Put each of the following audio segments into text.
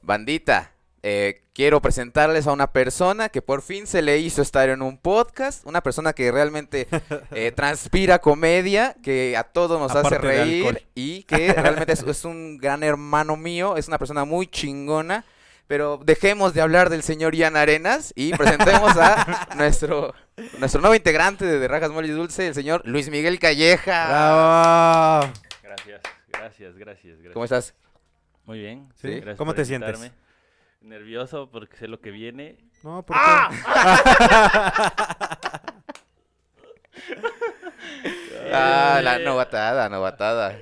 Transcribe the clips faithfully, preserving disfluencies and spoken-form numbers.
Bandita, eh, quiero presentarles a una persona que por fin se le hizo estar en un podcast, una persona que realmente eh, transpira comedia, que a todos nos Aparte hace de reír alcohol. y que realmente es, es un gran hermano mío, es una persona muy chingona. Pero dejemos de hablar del señor Ian Arenas y presentemos a nuestro, nuestro nuevo integrante de, de Rajas Mole y Dulce, el señor Luis Miguel Calleja. ¡Bravo! Gracias, gracias, gracias, gracias. ¿Cómo estás? Muy bien. ¿Sí? Gracias ¿Cómo por te sientes? invitarme. Nervioso porque sé lo que viene. No, ¿por qué? Ah, la novatada, novatada.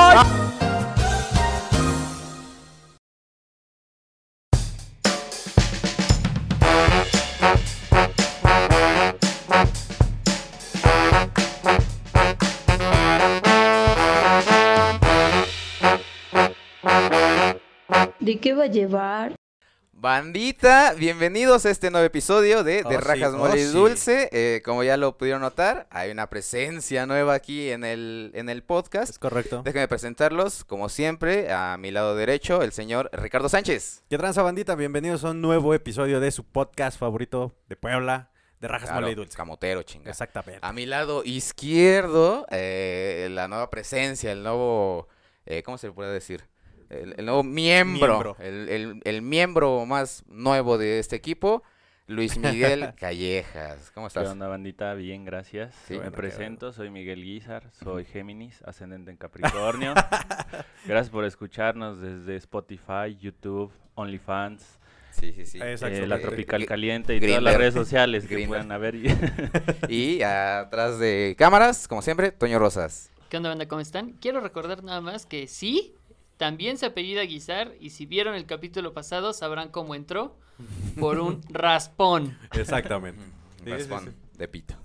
¿De qué va a llevar? Bandita, bienvenidos a este nuevo episodio de, de Oh, Rajas sí, Mole y oh, sí. Dulce. Eh, como ya lo pudieron notar, hay una presencia nueva aquí en el, en el podcast. Es correcto. Déjenme presentarlos, como siempre, a mi lado derecho, el señor Ricardo Sánchez. ¿Qué tranza, bandita? Bienvenidos a un nuevo episodio de su podcast favorito de Puebla, de Rajas Claro, Mole y Dulce. camotero, chinga. Exactamente. A mi lado izquierdo, eh, la nueva presencia, el nuevo, eh, ¿cómo se le puede decir? El, el nuevo miembro, Miembro. El, el, el miembro más nuevo de este equipo, Luis Miguel Callejas. ¿Cómo ¿Qué estás? onda, bandita? Bien, gracias. Sí, Me bueno, qué presento, soy Miguel Guizar, soy Géminis, ascendente en Capricornio. Gracias por escucharnos desde Spotify, YouTube, OnlyFans, Sí, sí, sí. Exacto. eh, La Eh, Tropical Gr- Caliente y Grindr. todas las redes sociales que Grindr. puedan haber. Y atrás de cámaras, como siempre, Toño Rosas. ¿Qué onda, banda? ¿Cómo están? Quiero recordar nada más que sí, también se apellida Guizar y si vieron el capítulo pasado sabrán cómo entró por un raspón. Exactamente. Un Sí, raspón sí, de pito.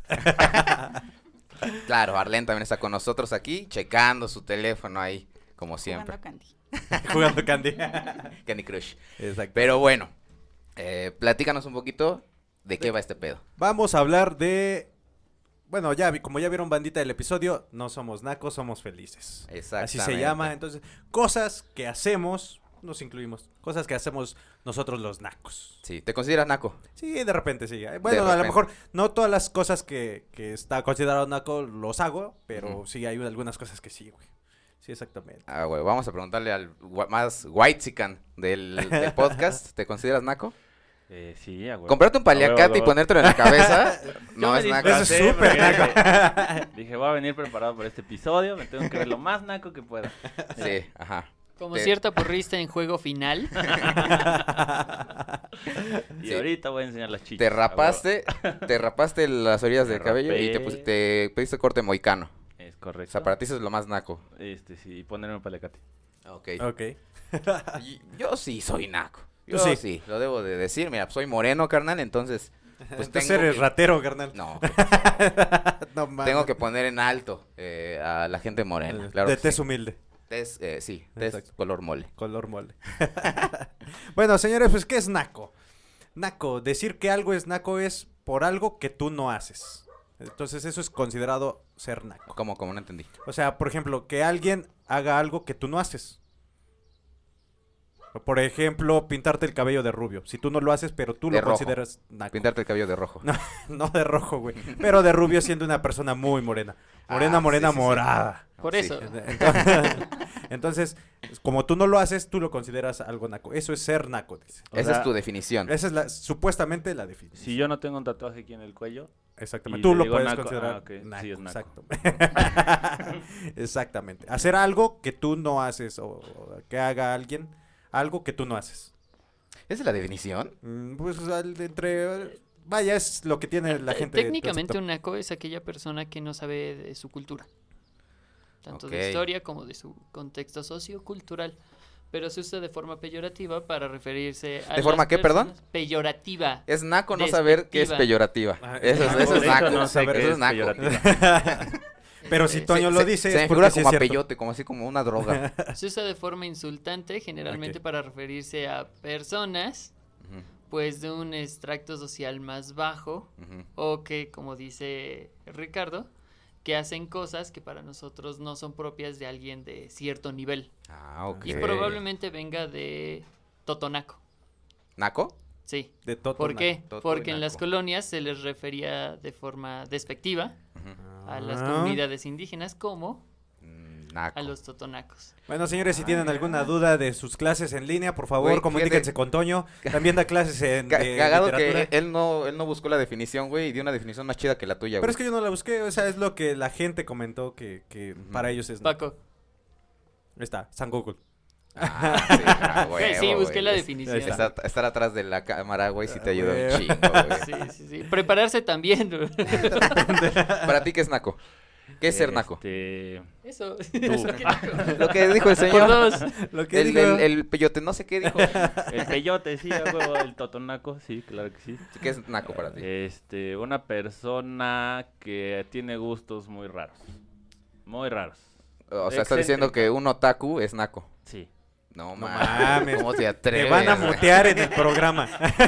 Claro, Arlen también está con nosotros aquí, checando su teléfono ahí, como siempre. Jugando Candy. Jugando Candy. Candy Crush. Exacto. Pero bueno, eh, platícanos un poquito de qué va este pedo. Vamos a hablar de... Bueno, ya vi- como ya vieron, bandita, del episodio, no somos nacos, somos felices. Exactamente. Así se llama. Entonces, cosas que hacemos, nos incluimos, cosas que hacemos nosotros los nacos. Sí, ¿te consideras naco? Sí, de repente sí. Eh, Bueno, a repente. lo mejor no todas las cosas que, que está considerado naco los hago, pero Ujú. sí hay algunas cosas que sí, güey. Sí, exactamente. Ah, güey, vamos a preguntarle al gua- más whitezican del, del podcast. ¿Te consideras naco? Eh, sí, a huevo. Comprarte un A huevo, a paliacate y huevo. ponértelo en la cabeza no Yo es me naco. Eso es disfracé súper porque naco. Dije, dije, voy a venir preparado para este episodio, me tengo que ver lo más naco que pueda. Sí, ajá. Como Te- cierta porrista en juego final. Y Sí. ahorita voy a enseñar las chichas. Te a huevo. rapaste, te rapaste las orillas Me del cabello y te, rapé. pus- te pediste corte moicano. Es O correcto. sea, para ti eso es lo más naco. Este, sí, y ponerme un paliacate. Ok. Ok. Y- Yo sí soy naco. Tú Yo sí. sí. lo debo de decir. Mira, soy moreno, carnal, entonces pues Entonces tengo eres que- ratero, carnal. No, No mames. tengo que poner en alto eh, a la gente morena. Claro de que tez sí. humilde, Tez, eh, sí, tez Exacto. color mole. color mole. Bueno, señores, pues, ¿qué es naco? Naco, decir que algo es naco es por algo que tú no haces. Entonces eso es considerado ser naco. ¿Cómo? Como no entendí. O sea, por ejemplo, que alguien haga algo que tú no haces. O, por ejemplo, pintarte el cabello de rubio. Si tú no lo haces, pero tú De lo rojo. consideras naco. Pintarte el cabello de rojo. No, no de rojo, güey. Pero de rubio siendo una persona muy morena. Morena, Ah, morena, sí, sí, sí. morada. Por Sí. eso. Entonces, entonces, como tú no lo haces, tú lo consideras algo naco. Eso es ser naco, dice. O Esa sea, es tu definición. Esa es la, supuestamente la definición. Si yo no tengo un tatuaje aquí en el cuello, Exactamente. y Tú le lo digo puedes naco, considerar ah, ok, naco. sí es naco. Exacto. Exactamente. Hacer algo que tú no haces o, o que haga alguien algo que tú no haces. ¿Esa es la definición? Mm, Pues al- entre... Vaya, es lo que tiene la Eh, gente. Técnicamente concepto- un naco es aquella persona que no sabe de su cultura. Tanto Ok. de historia como de su contexto sociocultural. Pero se usa de forma peyorativa para referirse a ¿De forma las qué, perdón? personas- Peyorativa. Es naco no saber que es Despectiva. peyorativa. Ah, Eso, es- naco, eso es de hecho, naco. no sé saber qué Eso es es naco. peyorativa. Pero si Eh, Toño Se- lo se- dice se me es porque figura sí es como a cierto. peyote, como así como una droga. Se usa de forma insultante, generalmente Ok. para referirse a personas, Ujú, pues de un extracto social más bajo, ujú. o que, como dice Ricardo, que hacen cosas que para nosotros no son propias de alguien de cierto nivel. Ah, ok. Y probablemente venga de totonaco. ¿Naco? Sí. De Toto. ¿Por qué? Toto y Porque en las naco. colonias se les refería de forma despectiva a las Ah. comunidades indígenas como Mm, Naco. a los totonacos. Bueno, señores, si tienen alguna duda de sus clases en línea, por favor, Güey, comuníquense fíjate. con Toño. También da clases en Ca- de cagado literatura. que él no, él no buscó la definición, güey, y dio una definición más chida que la tuya, Pero güey. es que yo no la busqué, o sea, es lo que la gente comentó que, que Ujú. para ellos es... Paco. Ahí está, San Google. Ah, sí, ah, Güey, sí, huevo, busqué güey. la Es- definición. Ahí está. Estar, estar atrás de la cámara, güey, sí te Ah, ayuda güey. un chingo, güey. Sí, sí, sí. Prepararse también. Para ti, ¿qué es naco? ¿Qué es ser naco? Este, Eso. Tú. Eso que dijo. Lo que dijo el Por señor. dos. Lo que El, dijo... el, el peyote, no sé qué dijo. el peyote, sí, a huevo, el totonaco, sí, claro que sí. ¿Qué es naco para ti? Este, una persona que tiene gustos muy raros. Muy raros. O sea, estás diciendo que un otaku es naco. Sí. No, No mames. mames. ¿Cómo te Te atreves? van a güey? mutear en el programa.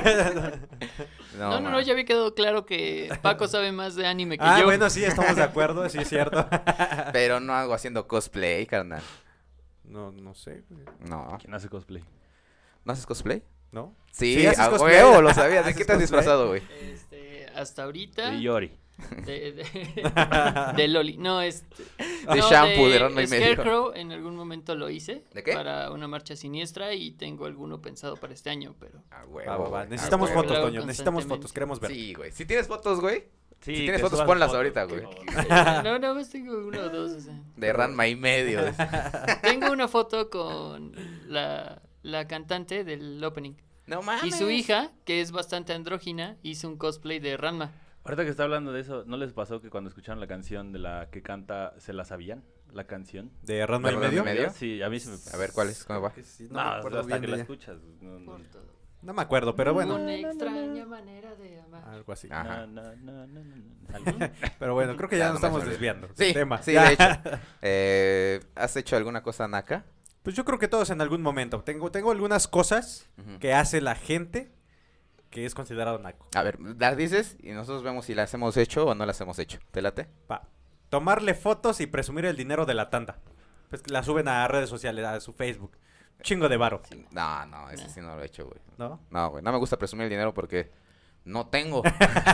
No, no, no, mames. ya había quedado claro que Paco sabe más de anime que Ah, yo. bueno, sí, estamos de acuerdo, sí es cierto. Pero no hago haciendo cosplay, carnal. No, no sé, güey, No. ¿Quién hace cosplay? ¿No haces cosplay? ¿no? Sí, Sí, haces a cosplay. huevo, lo sabías. ¿De Haces qué te has cosplay. disfrazado, güey? Este, hasta ahorita. De Yori. De, de, de Loli. No, este. De no, shampoo, de Ranma y medio. Scarecrow en algún momento lo hice. ¿De qué? Para una marcha siniestra y tengo alguno pensado para este año, pero. A Va, huevo, va, va. güey, a Necesitamos huevo. fotos, Lo hago Toño, necesitamos constantemente. fotos, queremos ver. Sí, güey. Si tienes fotos, güey, Sí, Si tienes que fotos, subas ponlas fotos, ahorita, que- güey. No, no, más tengo uno o dos. O sea. de Ranma y medio. Tengo una foto con la, la cantante del opening. No mames. Y su hija, que es bastante andrógina, hizo un cosplay de Ranma. Ahorita que está hablando de eso, ¿no les pasó que cuando escucharon la canción de la que canta, se la sabían? La canción. ¿De Ranma ¿De y Ranma y medio? medio? Sí, a mí se me... A ver, ¿cuál es? ¿Cómo va? No, me acuerdo hasta bien que de la ella. escuchas. No, no, Por todo. No me acuerdo, pero bueno, Una extraña manera de amar. algo así. Ajá. no, no, no, no, no, algo. Pero bueno, creo que ya Ya, nos no me estamos acuerdo. desviando. Sí, del tema. sí, Ya. de hecho. Eh, ¿Has hecho alguna cosa naca? Pues yo creo que todos en algún momento. Tengo, tengo algunas cosas Ujú. que hace la gente que es considerado naco. A ver, las dices y nosotros vemos si las hemos hecho o no las hemos hecho. ¿Te late? Va. Tomarle fotos y presumir el dinero de la tanda. Pues la suben a redes sociales, a su Facebook. Chingo de varo, Sí. No, no, ese sí no lo he hecho, güey. ¿no? No, güey, no me gusta presumir el dinero porque no tengo.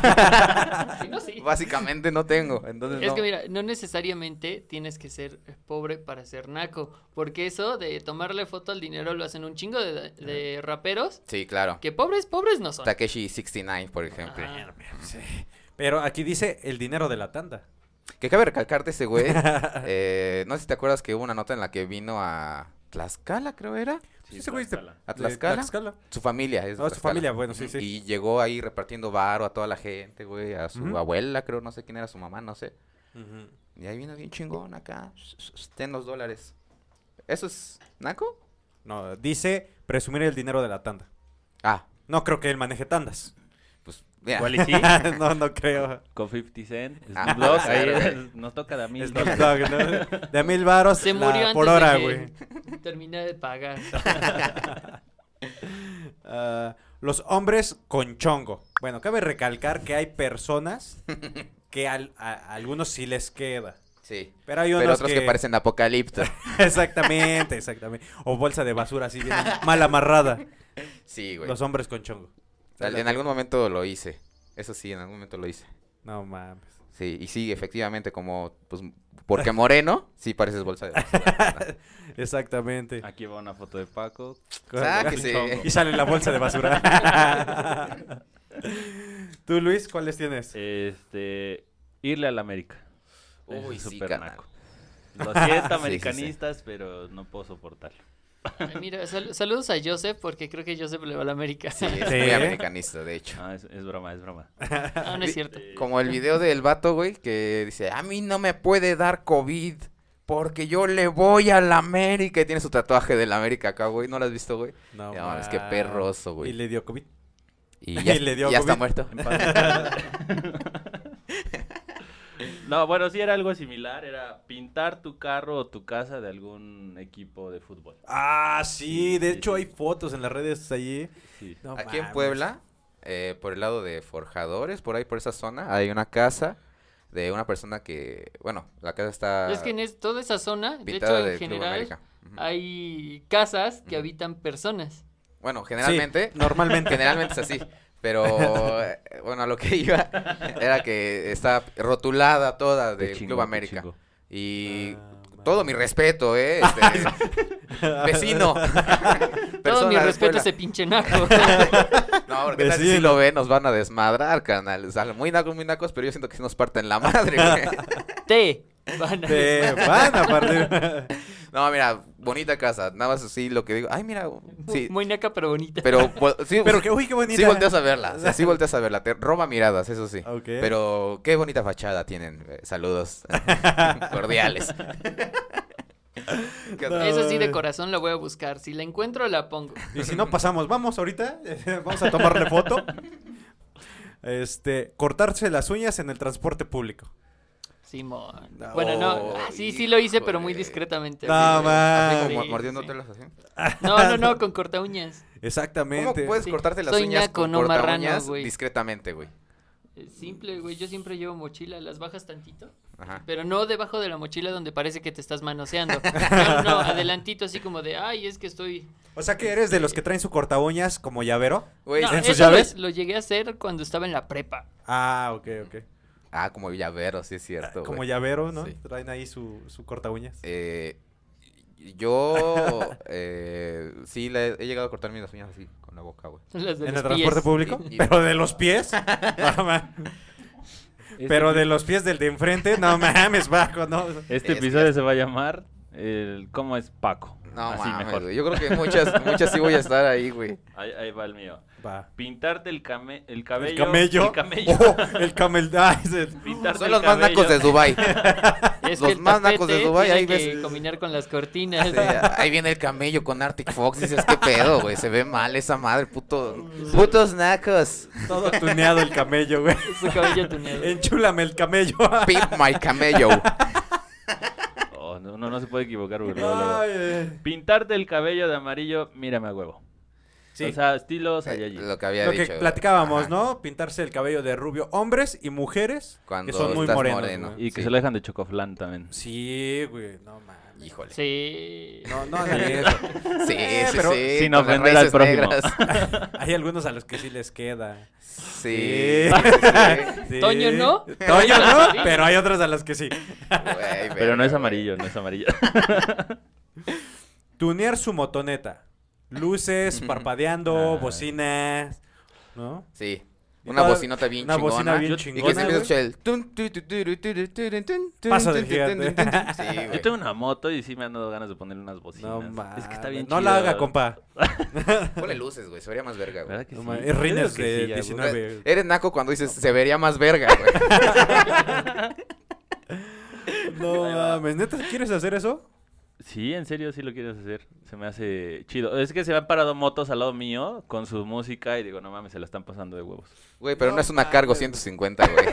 Si no, sí. Básicamente no tengo, entonces Es no. que mira, no necesariamente tienes que ser pobre para ser naco, porque eso de tomarle foto al dinero lo hacen un chingo de, de raperos, Sí, claro. que pobres, pobres no son. Takeshi sesenta y nueve, por ejemplo. Ah, Sí. Pero aquí dice el dinero de la tanda. Que cabe recalcarte ese güey. eh, no sé si te acuerdas que hubo una nota en la que vino a Tlaxcala, creo era. Sí, Ese güey es de- Tlaxcala. ¿A de Tlaxcala? Tlaxcala. Su familia es de Ah, su Tlaxcala. familia, bueno, sí, Ujú. sí. Y llegó ahí repartiendo varo a toda la gente, güey. A su Ujú. abuela, creo, no sé quién era su mamá, no sé. Ujú. Y ahí vino bien chingón acá. Ten los dólares. ¿Eso es naco? No, dice presumir el dinero de la tanda. Ah, No creo que él maneje tandas. pues, mira. Igual y sí, no, no creo. con cincuenta Cent, Ah, Snoop Dogg, sí, ahí güey. nos toca de a mil Snoop dólares. Dogg, ¿no? De a mil varos Se la- murió antes por hora, de güey. que terminé de pagar. Ah, los hombres con chongo. Bueno, cabe recalcar que hay personas que al- a, a algunos sí les queda. Sí. Pero hay Pero unos otros que, parecen apocalipto. Exactamente, exactamente. O bolsa de basura así bien mal amarrada. Sí, güey. Los hombres con chongo. Al- En algún momento lo hice. Eso sí, en algún momento lo hice. No mames. Sí, y sí, efectivamente, como, pues, porque moreno, sí pareces bolsa de basura. Exactamente. Aquí va una foto de Paco. Sáquese. Y sale la bolsa de basura. Tú, Luis, ¿cuáles tienes? Este, irle a la América. Ese Uy, es sí, súper carnal. naco. Lo siento, sí. americanistas, pero no puedo soportarlo. Ay, mira, sal- saludos a Joseph, porque creo que Joseph le va a la América. Sí, es Sí. muy americanista, de hecho. Ah, es, es broma, es broma. No, no es cierto. Como el video del vato, güey, que dice, a mí no me puede dar COVID porque yo le voy a la América. Y tiene su tatuaje de la América acá, güey. ¿No lo has visto, güey? No, No mames, qué ma- perroso, güey. Y le dio COVID. Y ya, y le dio ya está COVID. muerto. En paz. No, bueno, sí era algo similar, era pintar tu carro o tu casa de algún equipo de fútbol. Ah, sí. De Sí, hecho, sí. hay fotos en las redes allí. Sí. No Aquí en mames. Puebla, eh, por el lado de Forjadores, por ahí, por esa zona, hay una casa de una persona que, bueno, la casa está Es que en es- toda esa zona, de hecho, pintada en de Club general, América. Ujú. hay casas que Ujú. habitan personas. Bueno, generalmente. Sí, normalmente. Generalmente es así. Pero, eh, bueno, a lo que iba era que está rotulada toda Qué del chingo, Club qué América. chingo. Y Ah, todo mi respeto, ¿eh? Este, vecino. Todo Persona mi de respeto a escuela. ese pinche naco. No, porque tal si Vecino. lo ven, nos van a desmadrar, carnal. O sea, muy nacos, muy nacos, pero yo siento que sí nos parten la madre, güey. Te van a Te van a partir. No, mira, bonita casa. Nada más así lo que digo. Ay, mira. Sí, Muy naca, pero bonita. pero vol- sí, Pero que, uy, qué bonita. sí volteas a verla. O sea, sí volteas a verla. Te roba miradas, eso sí. Ok. Pero qué bonita fachada tienen. eh, Saludos cordiales. ¿Qué otra? Eso sí, de corazón la voy a buscar. Si la encuentro, la pongo. Y si no pasamos, vamos ahorita, vamos a tomarle foto. Este, cortarse las uñas en el transporte público. Simón. No, Bueno, no. ah, sí, sí lo hice, pero muy híjole. discretamente. No, así, güey. man. Así como Sí, mordiéndotelas así. No, no, no, con corta uñas. Exactamente. ¿Cómo puedes Sí. cortarte las Soy uñas naco, con no marrano, cortaúñas güey. discretamente, güey? Es simple, güey. Yo siempre llevo mochila. Las bajas tantito. Ajá. Pero no debajo de la mochila donde parece que te estás manoseando. No, no, adelantito así como de, ay, es que estoy... O sea que eres de los que traen su corta uñas como llavero. Güey, No, ¿en sus eso lo- llaves? Lo, llegué a hacer cuando estaba en la prepa. Ah, ok, ok. Ah, como llavero, sí es cierto, Como güey. llavero, ¿no? Sí. Traen ahí su, su corta uñas. Eh, yo, eh, sí, le he llegado a cortarme las uñas así, con la boca, güey. Las de ¿En los el transporte pies. público? Sí. ¿Pero de los pies? No, man. Este Pero epi- de los pies del de enfrente, no mames, Paco, no. Este Es episodio que- se va a llamar el ¿Cómo es Paco? No, Así mames, mejor. güey. Yo creo que muchas, muchas sí voy a estar ahí, güey. Ahí, ahí va el mío. Va. Pintarte el, came el cabello. ¿El camello? El camello. Oh, el camel... Ah, ese- Pintarte Son el los más cabello. nacos de Dubai. Es Los que el más nacos de tapete Dubái, tiene ahí que ves- combinar con las cortinas. Sí, ahí viene el camello con Arctic Fox. Dices, ¿qué pedo, güey? Se ve mal esa madre, puto. Putos nacos. todo tuneado el camello, güey. Su cabello tuneado. Enchúlame el camello. Pimp my camello. Oh, no, no, no se puede equivocar, güey. luego, luego. Ay, eh. Pintarte el cabello de amarillo, mírame a huevo. Sí. O sea, estilo Eh, Saiyajin. Lo que había Lo dicho. que güey. platicábamos, Ajá. ¿no? Pintarse el cabello de rubio. Hombres y mujeres Cuando que son muy estás morenos. moreno. güey. Y que Sí. se lo dejan de chocoflán también. Sí, güey, no mames. Híjole. Sí. No, no hagan eso. Sí, Eh, sí, pero sí. sin con las ofender al raíces prójimo. negras. Hay algunos a los que sí les queda. Sí. Sí. Toño, ¿no? Toño no, Sí. pero hay otros a los que sí. Güey, Pero no es verga, amarillo, no es amarillo. Tunear su motoneta. Luces, parpadeando, Ah. bocinas, ¿no? Sí. Una Toda- bocinota bien una chingona. bocina bien Yo- Y que se chingona, empieza a güey. escuchar el tun, tu, tu, tu, tu, tu, tu, tu, tun, tun, Paso de tun, gigante. tun, tun, tun. Sí, Yo güey. tengo una moto y sí me han dado ganas de ponerle unas bocinas. No mames. Es que está bien No chido. la haga, compa. Ponle luces, güey. Se vería más verga, güey. ¿Verdad que No sí? mames, Yo es digo Rines que de sí, ya, diecinueve. Eres naco cuando dices se vería más verga, güey. No mames, ¿neta quieres hacer eso? Sí, en serio, sí lo quieres hacer. Se me hace chido. Es que se me han parado motos al lado mío con su música y digo, no mames, se la están pasando de huevos. Güey, pero no, No es una cargo mames. ciento cincuenta, güey.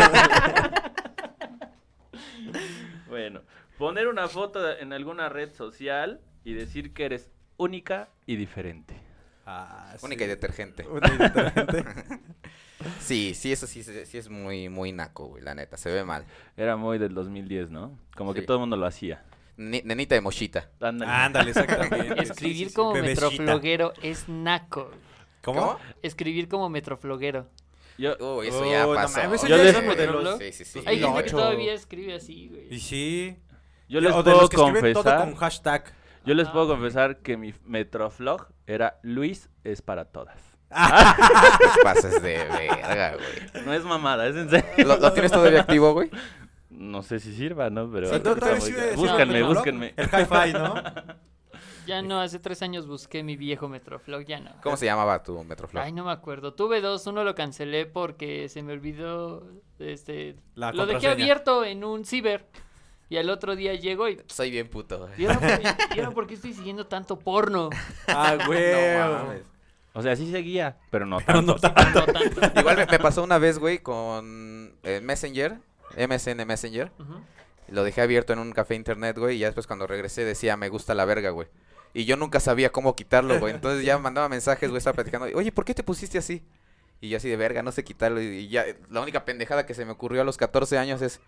Bueno, poner una foto en alguna red social y decir que eres única y diferente. Ah, Única y detergente. Única y detergente. Sí, sí, eso sí, sí es muy, muy naco, güey, la neta. Se ve mal. Era muy del dos mil diez, ¿no? Como que Sí. todo el mundo lo hacía. Ni- nenita de mochita. Ándale. Ándale, exactamente. Escribir Sí, sí, sí. como Bebecita. metrofloguero es naco. ¿Cómo? Escribir como metrofloguero. Yo, Uy, eso ya Oh, no pasó. mames, eso Yo ya les- es uno de los... Sí, sí, sí. Hay gente que ocho. todavía escribe así, Y güey. sí. yo les o de puedo los que escriben todo confesar, con hashtag. yo les Ajá. puedo confesar que mi metroflog era Luis es para todas. Te pasas de verga, güey. No es mamada, es en serio. ¿Lo, lo tienes todavía activo, güey? No sé si sirva, ¿no? Pero Sí, está no, todavía muy sirve ca- ese búsquenme, metroflog. búsquenme. El hi-fi, ¿no? Ya no, hace tres años busqué mi viejo metroflog, ya no. ¿Cómo se llamaba tu Metroflog? Ay, no me acuerdo. Tuve dos, uno lo cancelé porque se me olvidó, este, La lo dejé contraseña. abierto en un ciber. Y al otro día llego y, Soy bien puto. ¿y ahora, por- y ahora por qué estoy siguiendo tanto porno? Ah, güey. No mames. O sea, sí seguía, pero no Pero tanto. no tanto. No tanto. Igual me, me pasó una vez, güey, con eh, Messenger, M S N Messenger. Ujú. Lo dejé abierto en un café internet, güey, y ya después cuando regresé decía, me gusta la verga, güey. Y yo nunca sabía cómo quitarlo, güey. Entonces ya mandaba mensajes, güey, estaba platicando. Oye, ¿por qué te pusiste así? Y yo así de verga, no sé quitarlo. Y ya, la única pendejada que se me ocurrió a los catorce años es,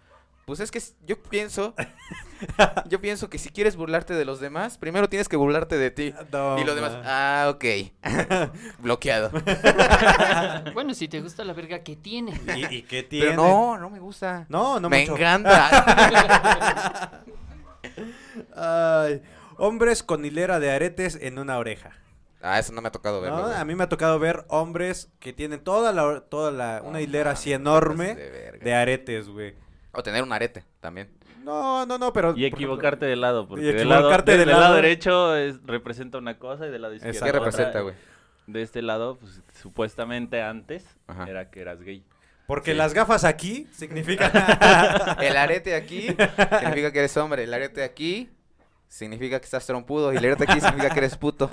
Pues es que s- yo pienso, yo pienso que si quieres burlarte de los demás, primero tienes que burlarte de ti. No, Y los demás, man. ah, ok. Bloqueado. Bueno, si te gusta la verga, ¿qué tiene? ¿Y, y qué tiene? Pero no, no me gusta. No, no me mucho. encanta. Ay, hombres con hilera de aretes en una oreja. Ah, eso no me ha tocado verlo. ¿No? güey. A mí me ha tocado ver hombres que tienen toda la, toda la, una No hilera mames, así te enorme pasas de verga. de aretes, güey. O tener un arete también. No, no, no, pero... Y por equivocarte de lado, porque y del lado, equivocarte del del lado, lado- derecho es- representa una cosa y del lado izquierdo Exacto. ¿Qué otra. representa, güey? De este lado, pues supuestamente antes Ajá. era que eras gay. Porque Sí. las gafas aquí significan... El arete aquí significa que eres hombre. El arete aquí significa que estás trompudo. Y el arete aquí significa que eres puto.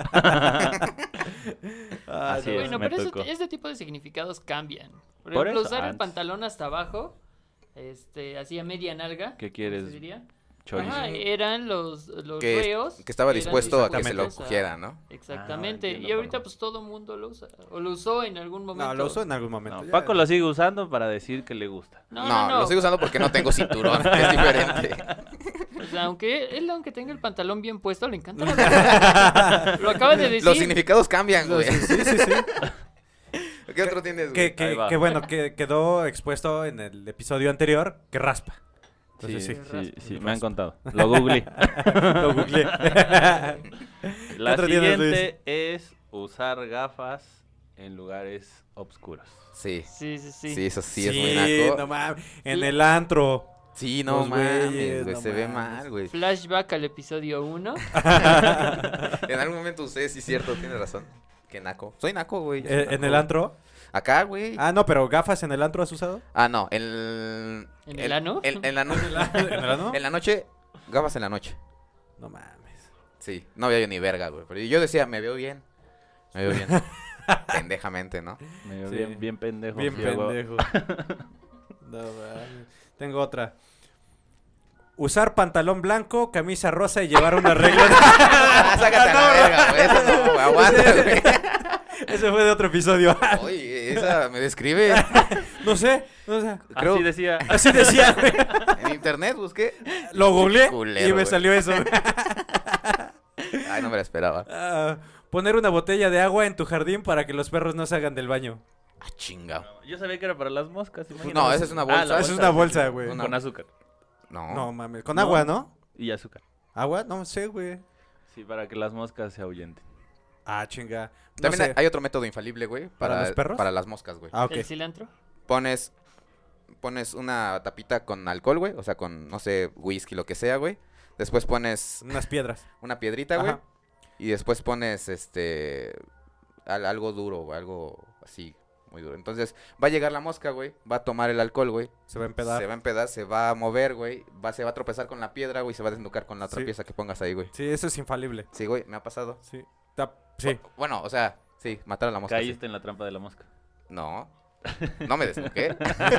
Ah, Así no. es. Bueno, me pero ese, tocó. este tipo de significados cambian. Por Por ejemplo, eso, usar el antes. pantalón hasta abajo, este, así a media nalga. ¿Qué ¿cómo quieres? se diría? Chorizo. Ajá, eran los, los Que, reos. que estaba eran dispuesto a que se lo dispuestos a- cogiera, ¿no? Exactamente. Ah, entiendo, y ahorita por pues todo mundo lo usa. O lo usó en algún momento. No, lo uso en algún momento. No, ya. Paco lo sigue usando para decir que le gusta. No, No, no, no. lo sigo usando porque no tengo cinturón. Es diferente. O sea, aunque él, aunque tenga el pantalón bien puesto, le encanta la verga. Lo acaba de decir. Los significados cambian, güey. Sí, sí, sí. ¿Qué otro tienes, güey? Que, Ahí que, va. que bueno, que quedó expuesto en el episodio anterior que raspa. Entonces sí, sí. sí, sí, me han contado. Lo googleé. Lo googleé. La otro tienes, siguiente es usar gafas en lugares oscuros. Sí. Sí, sí, sí. Sí, eso sí, es muy naco. no mames. En Sí. el antro. Sí, no Los mames, güeyes, güey. no Se ve mames. mal, güey. Flashback al episodio uno. En algún momento usted sí es cierto, tiene razón. Que naco. Soy naco, güey. yo soy Eh, en naco. el antro. Acá, güey. Ah, no, pero gafas en el antro has usado. Ah, no. El... ¿En el ano? el- en, la no- ¿En el ano? en la noche, gafas en la noche. No mames. Sí, no veía yo ni verga, güey. Pero yo decía, me veo bien. Me veo bien. Pendejamente, ¿no? Me veo Sí. bien, bien pendejo. Bien sí, hago- pendejo. No mames. Tengo otra. Usar pantalón blanco, camisa rosa y llevar una regla. Ah, sácate a la verga, güey. Eso no, güey. Aguanta, güey. Ese fue de otro episodio. Oye, esa me describe. No sé, no sé. Creo- Así decía. Así decía, güey. En internet busqué. Lo googleé Culero, y me güey. salió eso. Ay, no me la esperaba. Ah, poner una botella de agua en tu jardín para que los perros no salgan del baño. Ah, chingado. Yo sabía que era para las moscas. imagínate. No, esa es una Ah, bolsa. la Esa es una bolsa, güey. Una- Con azúcar. No. No mames. Con No. agua, ¿no? Y azúcar. ¿Agua? No sé, güey. Sí, para que las moscas se ahuyenten. Ah, chinga. No También sé. hay otro método infalible, güey. ¿Para Para, los perros? Para las moscas, güey. Ah, ok. ¿El cilantro? Pones, pones una tapita con alcohol, güey. O sea, con, no sé, whisky, lo que sea, güey. Después pones Unas piedras. una piedrita, güey. Ajá. Y después pones, este, al- algo duro, güey. Algo así, muy duro. Entonces, va a llegar la mosca, güey. Va a tomar el alcohol, güey. Se va a empedar. Se va a empedar, se va a mover, güey. Va, se va a tropezar con la piedra, güey. Se va a desnucar con la otra Sí. pieza que pongas ahí, güey. Sí, eso es infalible. Sí, güey, me ha pasado. Sí. Ta- Sí. Bu- Bueno, o sea, sí, matar a la mosca. sí. Caíste en la trampa de la mosca. No. No me desnuqué.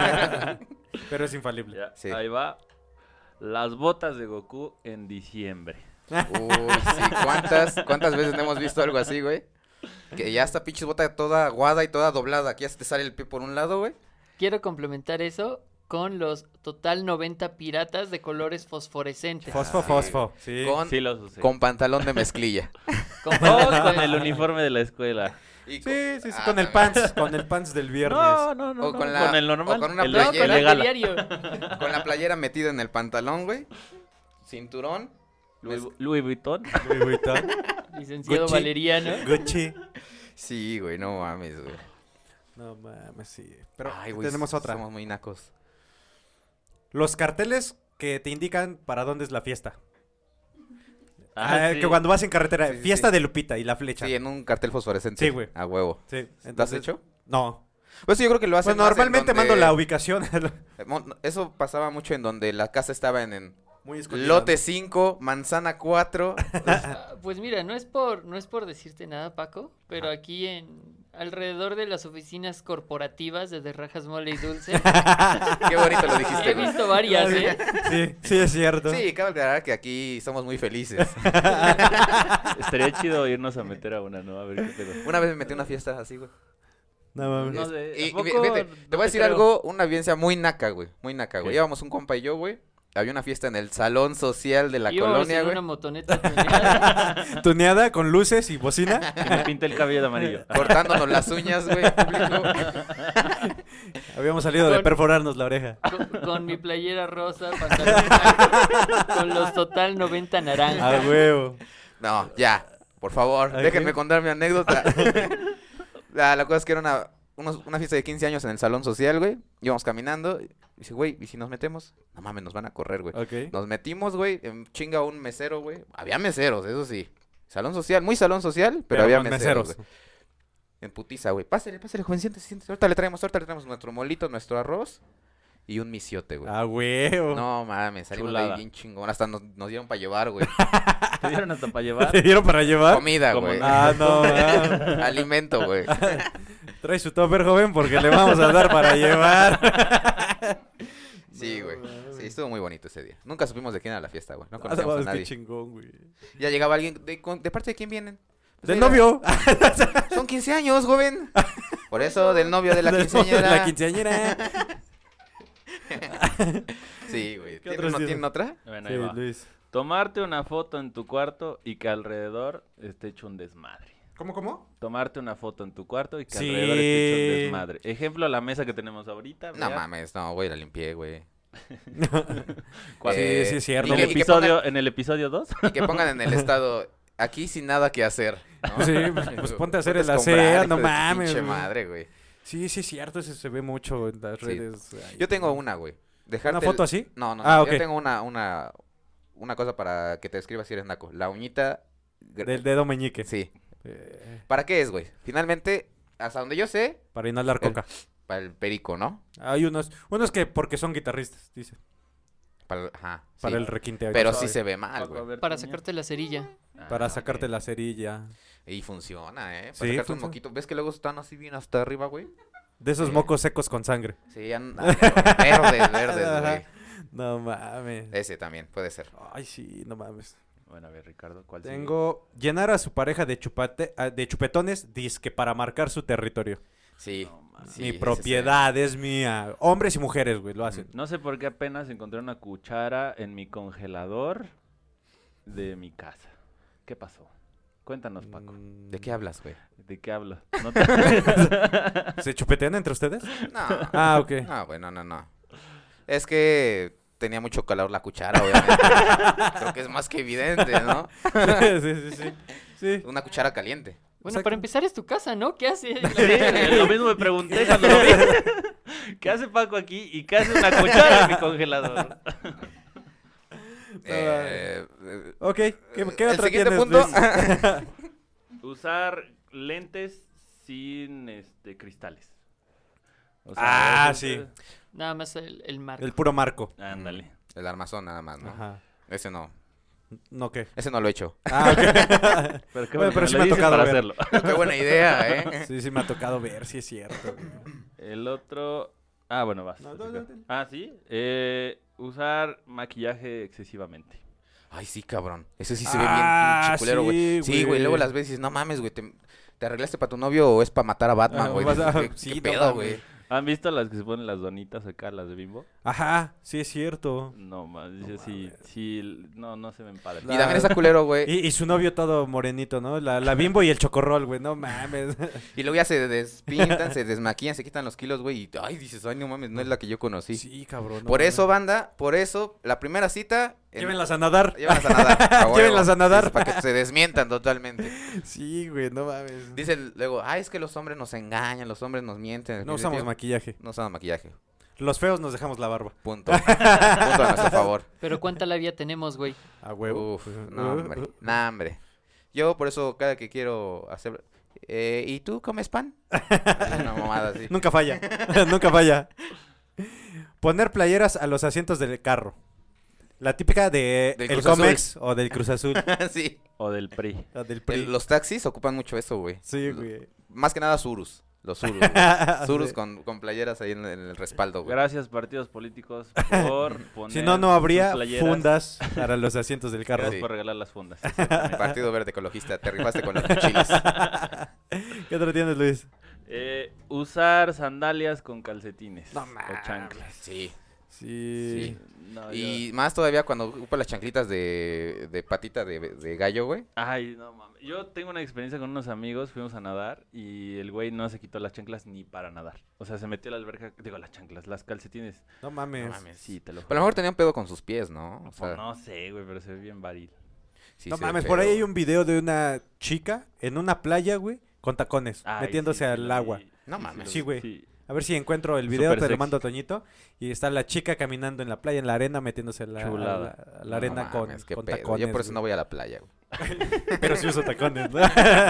Pero es infalible. Ya, Sí. Ahí va. Las botas de Goku en diciembre. Uy, sí. ¿Cuántas, cuántas veces no hemos visto algo así, güey? Que ya está pinche bota toda aguada y toda doblada. Aquí ya se te sale el pie por un lado, güey. Quiero complementar eso con los total noventa piratas de colores fosforescentes. Fosfo, sí. fosfo. Sí. Con, Sí los usé. con pantalón de mezclilla. Con- O con el uniforme de la escuela. Y Sí, sí, sí. ah, Con el también. pants. Con el pants del viernes. No, no, no. O no, con la- el normal. o con una el de- No, playera. con el de el gala. diario. Con la playera metida en el pantalón, güey. Cinturón. Louis, Louis Vuitton. Louis Vuitton. Licenciado Gucci. Valeriano. Gucci. Sí, güey, no mames, güey. No mames, sí. Pero Ay, güey, tenemos otra. Somos muy nacos. Los carteles que te indican para dónde es la fiesta. Ah, Ah, sí. Que cuando vas en carretera, Sí, sí, fiesta sí. de Lupita y la flecha. Sí, en un cartel fosforescente. Sí, güey. A huevo. Sí, ¿Estás entonces- hecho? No. Pues sí, yo creo que lo hacen Pues más en normalmente donde- mando la ubicación. Eh, mon- Eso pasaba mucho en donde la casa estaba en, en Muy escondida. lote cinco, manzana cuatro. Ah, Pues mira, no es por no es por decirte nada, Paco, pero aquí en alrededor de las oficinas corporativas de Derrajas Mole y Dulce Qué bonito lo dijiste, he güey. visto varias, ¿eh? Sí, sí es cierto. Sí, cabe aclarar que aquí somos muy felices. Estaría chido irnos a meter a una, ¿no? A ver qué pedo. Una vez me metí a una fiesta así, güey. No mames. No sé, Y, ¿a y poco? fíjate, te No voy a decir creo. algo, una vivencia muy naca, güey. Muy naca, güey. ¿Qué? Íbamos un compa y yo, güey. Había una fiesta en el salón social de la Íbamos colonia, en güey. una motoneta tuneada. Tuneada con luces y bocina. Que me pinte el cabello de amarillo. Cortándonos las uñas, güey, público. Habíamos salido de Con- perforarnos la oreja. con, con mi playera rosa, pantalón blanco, con los total noventa A naranjas. huevo. No, ya, por favor, Ok. déjenme contar mi anécdota. la, la cosa es que era una, unos- una fiesta de quince años en el salón social, güey. Íbamos caminando. Y dice, güey, ¿y si nos metemos? No mames, nos van a correr, güey. Ok. Nos metimos, güey, en chinga un mesero, güey. Había meseros, eso sí. Salón social, muy salón social, pero, había con meseros, güey. En putiza, güey. Pásale, pásale, joven, siéntese, siéntese. Ahorita le traemos, ahorita le traemos nuestro molito, nuestro arroz y un misiote, güey. A huevo. No mames, salimos de ahí Chulada. bien chingón. Hasta nos, nos dieron para llevar, güey. ¿Te dieron hasta para llevar? ¿Te dieron para llevar? Comida, ¿Cómo güey. no? Ah, no. ah. Alimento, güey. Trae su topper, joven, porque le vamos a dar para llevar. Sí, güey. Sí, estuvo muy bonito ese día. Nunca supimos de quién era la fiesta, güey. No Ah, conocíamos a mames, qué nadie. chingón, güey. Ya llegaba alguien. ¿De, con- de parte de quién vienen? Pues Del mira, novio. Son quince años, joven. Por eso, del novio de la Del novio de quinceañera. La quinceañera. Sí, güey. ¿Qué ¿Tienen, otros no, tienen? ¿tienen otra? Bueno, ahí Sí, va. Luis. Tomarte una foto en tu cuarto y que alrededor esté hecho un desmadre. ¿Cómo, cómo? Tomarte una foto en tu cuarto y que Sí. alrededor esté hecho un desmadre. Ejemplo, la mesa que tenemos ahorita. No vea. mames, no, güey, la limpié, güey. ¿Cuál? Eh, Sí, sí, es cierto. ¿En y el que- y que episodio, pongan- en el episodio dos? Y que pongan en el estado, aquí sin nada que hacer. ¿no? Sí, pues ponte a hacer Ponte el escombrar, aseo, hijo no de tu mames, pinche güey. madre, güey. Sí, sí, es cierto, eso se ve mucho en las Sí. redes. Ay, Yo tengo una, güey. Dejarte ¿Una el- foto así? No, no, Ah, no. ok. Yo tengo una, una, una cosa para que te describas si eres naco. La uñita. gr- Del dedo meñique. Sí. Eh, ¿Para qué es, güey? Finalmente, hasta donde yo sé, para inhalar El- coca. para el perico, ¿no? Hay unos, unos que porque son guitarristas, dice. Para el, ajá, Para sí. el requinteo. Pero Sabe. sí se ve mal, Paco, a güey. ver, Para tu uña. sacarte la cerilla. Para Ah, sacarte ok. la cerilla. Y funciona, ¿eh? Para Sí, sacarte un funciona. moquito. ¿Ves que luego están así bien hasta arriba, güey? De esos Sí. mocos secos con sangre. Sí, an- ah, verdes, verdes, Ajá. güey. No mames. Ese también, puede ser. Ay, sí, no mames. Bueno, a ver, Ricardo, ¿cuál sigue? Tengo llenar a su pareja de chupate, ah, de chupetones, disque para marcar su territorio. Sí. No, mames. sí, Mi ese propiedad es mía. Hombres y mujeres, güey, lo hacen. No sé por qué apenas encontré una cuchara en mi congelador de mi casa. ¿Qué pasó? Cuéntanos, Paco. Mm, ¿De qué hablas, güey? ¿De qué hablo? ¿No te- ¿Se chupetean entre ustedes? No. Ah, ok. No, güey, no, no, no. Es que tenía mucho calor la cuchara, obviamente. Creo que es más que evidente, ¿no? sí, sí, sí. Sí. Una cuchara caliente. Bueno, Exacto. para empezar es tu casa, ¿no? ¿Qué hace? Sí, lo mismo me pregunté cuando lo vi. ¿Qué hace Paco aquí y qué hace una cuchara en mi congelador? Eh, eh, Ok, ¿qué, qué el otra siguiente tienes, punto. Luis? Usar lentes sin este cristales. O sea, Ah, es- sí. Nada más el, el marco. El puro marco. Ándale. El armazón nada más, ¿no? Ajá. Ese no. ¿No qué? Ese no lo he hecho. Ah, ok. Pero, qué Bueno, bueno, pero me sí lo me ha dices tocado para ver. hacerlo. Qué buena idea, ¿eh? Sí, sí, me ha tocado ver, sí es cierto. güey. El otro... Ah, bueno, vas. No, no, Ricardo. no, no. Ah, ¿sí? Eh, usar maquillaje excesivamente. Ay, sí, cabrón. Ese sí se ve bien Ah, pinche culero, güey. sí, Sí, güey. güey. Luego las ves y dices, no mames, güey. ¿Te, te arreglaste para tu novio o es para matar a Batman, Ah, güey? vas a- ¿Qué, sí, qué no pedo, mames. güey? ¿Han visto las que se ponen las donitas acá, las de Bimbo? Ajá, sí es cierto. No, más, yo sí, sí, no, no se ven padres. Y también está culero, güey. Y, y su novio todo morenito, ¿no? La, la bimbo y el chocorrol, güey, no mames. Y luego ya se despintan, se desmaquillan, se quitan los kilos, güey. Y ay, dices, ay, no mames, no es la que yo conocí. Sí, cabrón. no Por mames. eso, banda, por eso, la primera cita. en- Llévenlas a nadar. Llévenlas a nadar. a huevo. Llévenlas a nadar. Sí, para que se desmientan totalmente. Sí, güey, no mames. Dicen luego, ay, es que los hombres nos engañan, los hombres nos mienten. No usamos maquillaje. No usamos maquillaje. Los feos nos dejamos la barba. Punto. Punto a nuestro favor. Pero ¿cuánta labia tenemos, güey? A huevo. Uf, no, hombre. No, hombre. Yo por eso cada que quiero hacer... Eh, ¿Y tú comes pan? Es una mamada así. Nunca falla. Nunca falla. Poner playeras a los asientos del carro. La típica de Del el Cruz Azul. Comex o del Cruz Azul. Sí. O del P R I. O del P R I. El- los taxis ocupan mucho eso, güey. Sí, güey. Más que nada Surus. Los Surus. güey. Surus Sí. con, con playeras ahí en, en el respaldo, güey. Gracias, partidos políticos, por poner Si no, no sus habría playeras. fundas para los asientos del carro. Gracias Sí. por regalar las fundas. Partido Verde Ecologista. Te rifaste con los chiles. ¿Qué otro tienes, Luis? Eh, usar sandalias con calcetines. No o mames. chanclas. Sí. Sí. Sí. No, Y yo- más todavía cuando ocupa las chanclitas de, de patita de, de gallo, güey. Ay, no mames. Yo tengo una experiencia con unos amigos, fuimos a nadar y el güey no se quitó las chanclas ni para nadar. O sea, se metió a la alberca, digo, las chanclas, las calcetines. No mames. No mames. Sí, te lo Pero a lo mejor tenía un pedo con sus pies, ¿no? O Pues sea, no sé, güey, pero se ve bien varil. sí no se ve mames, por ahí feo. hay un video de una chica en una playa, güey, con tacones, Ay, metiéndose sí, sí al lo agua. vi. No Sí, mames. lo Sí, vi, güey. sí. A ver si encuentro el video, Súper te lo sexy. mando a Toñito. Y está la chica caminando en la playa, en la arena, metiéndose a la, a Chulada. la, a la No arena con, mames, qué con pedo. tacones. Yo por eso güey. no voy a la playa, güey. Pero sí uso tacones, ¿no?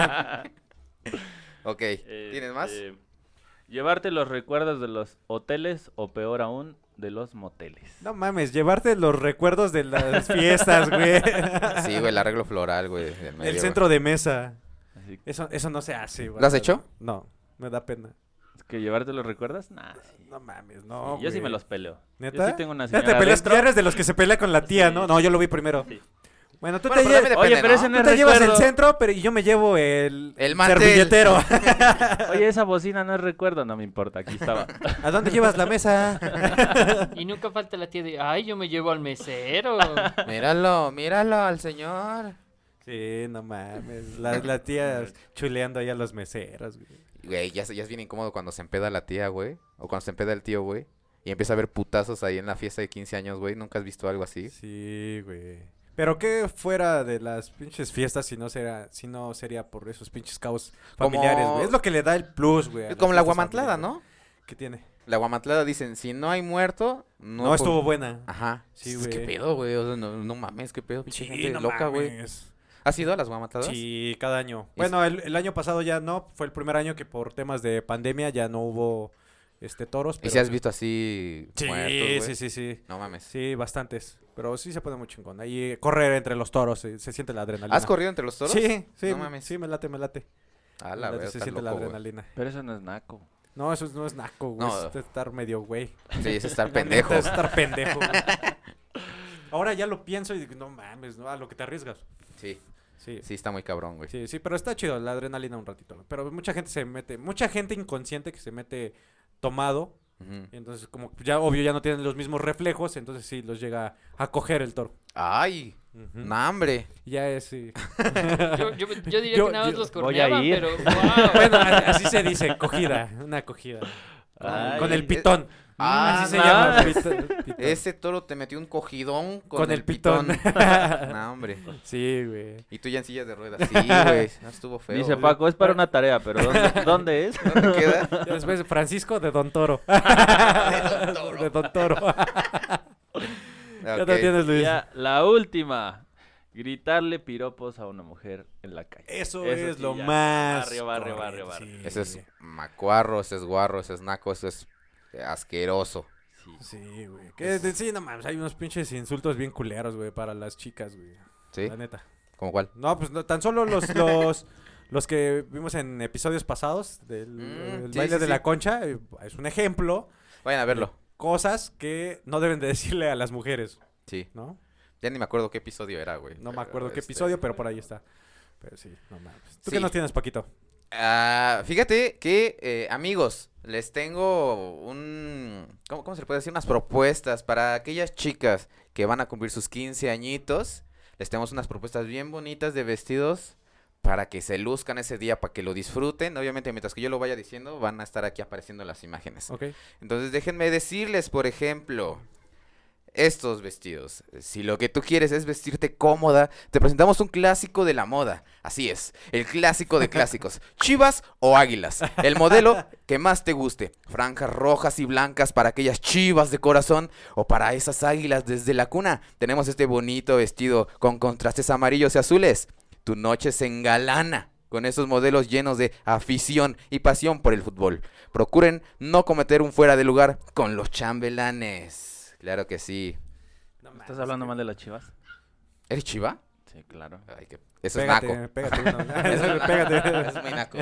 Ok, Eh, ¿tienes más? eh, llevarte los recuerdos de los hoteles o peor aún, de los moteles. No mames, llevarte los recuerdos de las fiestas, güey. Sí, güey, el arreglo floral, güey. del medio, El güey. centro de mesa. Así Eso, eso no se hace, güey. ¿Lo has hecho? No, me da pena. que llevarte los recuerdas, nah, sí. No mames, no, Sí, yo sí me güey. los peleo. ¿Neta? Yo sí tengo una Ya señora te peleas, retro. ya eres de los que se pelea con la tía, Sí. ¿no? No, yo lo vi primero. Sí. Bueno, tú Bueno, te, pero lle- también Oye, depende, pero ¿no? ese no tú es te llevas el recuerdo. centro, pero y yo me llevo el, El mantel. servilletero. Oye, esa bocina no es recuerdo, no me importa, aquí estaba. ¿A dónde llevas la mesa? Y nunca falta la tía de, ay, yo me llevo al mesero. Míralo, míralo al señor. Sí, no mames. La, la tía chuleando ahí a los meseros, güey. Güey, ya, se- ya es bien incómodo cuando se empeda la tía, güey. O cuando se empeda el tío, güey. Y empieza a haber putazos ahí en la fiesta de quince años, güey. ¿Nunca has visto algo así? Sí, güey. Pero qué fuera de las pinches fiestas si no será, si no sería por esos pinches caos Como- familiares, güey. Es lo que le da el plus, güey. a Es las como la fiestas guamantlada, familiares. ¿no? ¿Qué tiene? La guamantlada dicen, si no hay muerto, no... No, por- estuvo buena. Ajá. Sí, Es- güey. ¿Qué pedo, güey? O sea, no, no mames, qué pedo. Pinche Sí, gente no loca, güey. mames. ¿Has ido a las guamantadas? Sí, cada año. Y Bueno, el, el año pasado ya no, fue el primer año que por temas de pandemia ya no hubo este toros. ¿Y pero si has sí. visto así Sí, muertos, güey? sí, sí, sí. No mames. Sí, bastantes. Pero sí se pone muy chingón. Ahí eh, correr entre los toros, se, se siente la adrenalina. ¿Has corrido entre los toros? Sí, sí, No mames. sí, me late, me late. A Me la late, verdad, se estás siente la loco, güey. adrenalina. Pero eso no es naco. No, eso no es naco, güey. No. Es estar medio güey. Sí, es estar La pendejo. neta, Es estar pendejo. güey. Ahora ya lo pienso y digo, no mames, ¿no? A lo que te arriesgas. Sí, Sí. sí está muy cabrón, güey. Sí, sí, pero está chido la adrenalina un ratito. ¿no? Pero mucha gente se mete, mucha gente inconsciente que se mete tomado. Ujú. Y entonces, como ya obvio ya no tienen los mismos reflejos, entonces sí los llega a coger el toro. Ay, Ujú. no, hombre. Ya es, sí. Yo, yo, yo diría Yo- que nada más yo- los voy a corneaban, ir. pero wow. Bueno, a- así se dice, cogida, una cogida. Con, Ay, con el eh, pitón. ah, así se no. llama. pito- pitón. Ese toro te metió un cogidón con, Con el, el pitón. pitón. No, hombre. Sí, güey. Y tú ya en silla de ruedas. Sí, güey. No estuvo feo. Dice güey. Paco, es para una tarea, pero ¿dónde, ¿dónde es? ¿Dónde queda? Ya Después Francisco de Don Toro. Toro. De Don Toro. Ya Ok. te tienes, Luis. Ya, la última. Gritarle piropos a una mujer en la calle. Eso, Eso es sí, lo ya. más. Barrio, barrio, correcto, barrio, barrio. sí. Ese es macuarro, ese es guarro, ese es naco, ese es eh, asqueroso. Sí. Sí, güey. Que de- Sí, no mames, hay unos pinches insultos bien culeros, güey, para las chicas, güey. ¿Sí? La neta. ¿Cómo cuál? No, pues no, tan solo los, los, los que vimos en episodios pasados del Mm, el sí, baile sí, de sí. la concha. eh, Es un ejemplo Vayan a verlo. de cosas que no deben de decirle a las mujeres, Sí. ¿no? Ya ni me acuerdo qué episodio era, güey. No me pero, acuerdo qué este, episodio, pero por ahí está. Pero sí, no mames. ¿Tú Sí. qué nos tienes, Paquito? Ah, fíjate que, eh, amigos, les tengo un... ¿cómo, ¿Cómo se le puede decir? Unas propuestas para aquellas chicas que van a cumplir sus quince añitos. Les tenemos unas propuestas bien bonitas de vestidos para que se luzcan ese día, para que lo disfruten. Obviamente, mientras que yo lo vaya diciendo, van a estar aquí apareciendo las imágenes. Ok. Entonces, déjenme decirles, por ejemplo, estos vestidos. Si lo que tú quieres es vestirte cómoda, te presentamos un clásico de la moda. Así es, el clásico de clásicos. Chivas o águilas. El modelo que más te guste. Franjas rojas y blancas para aquellas chivas de corazón o para esas águilas desde la cuna. Tenemos este bonito vestido con contrastes amarillos y azules. Tu noche se engalana con esos modelos llenos de afición y pasión por el fútbol. Procuren no cometer un fuera de lugar con los chambelanes. Claro que sí. ¿Estás hablando mal de las chivas? ¿Eres chiva? Sí, claro. Ay, qué- Eso Pégate, es naco. pégate uno. Eso- Pégate. Es muy naco.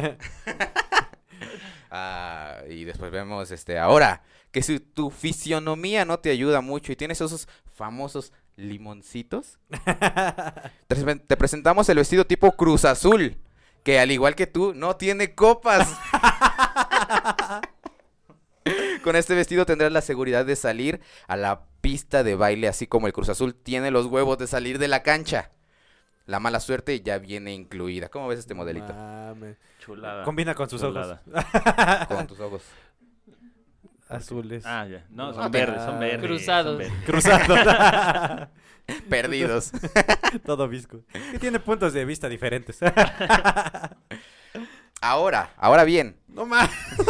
Ah, y después vemos, este, ahora, que si tu fisionomía no te ayuda mucho y tienes esos famosos limoncitos, te, te presentamos el vestido tipo Cruz Azul, que al igual que tú, no tiene copas. Con este vestido tendrás la seguridad de salir a la pista de baile, así como el Cruz Azul tiene los huevos de salir de la cancha. La mala suerte ya viene incluida. ¿Cómo ves este modelito? Mames. Chulada. Combina con sus Chulada. ojos. Con tus ojos. Azules. Ah, ya. No, Ah, son verdes, ah, son verdes. Cruzados. son verdes. Cruzado. Perdidos. Todo visco. Que tiene puntos de vista diferentes. Ahora, ahora bien, No mames.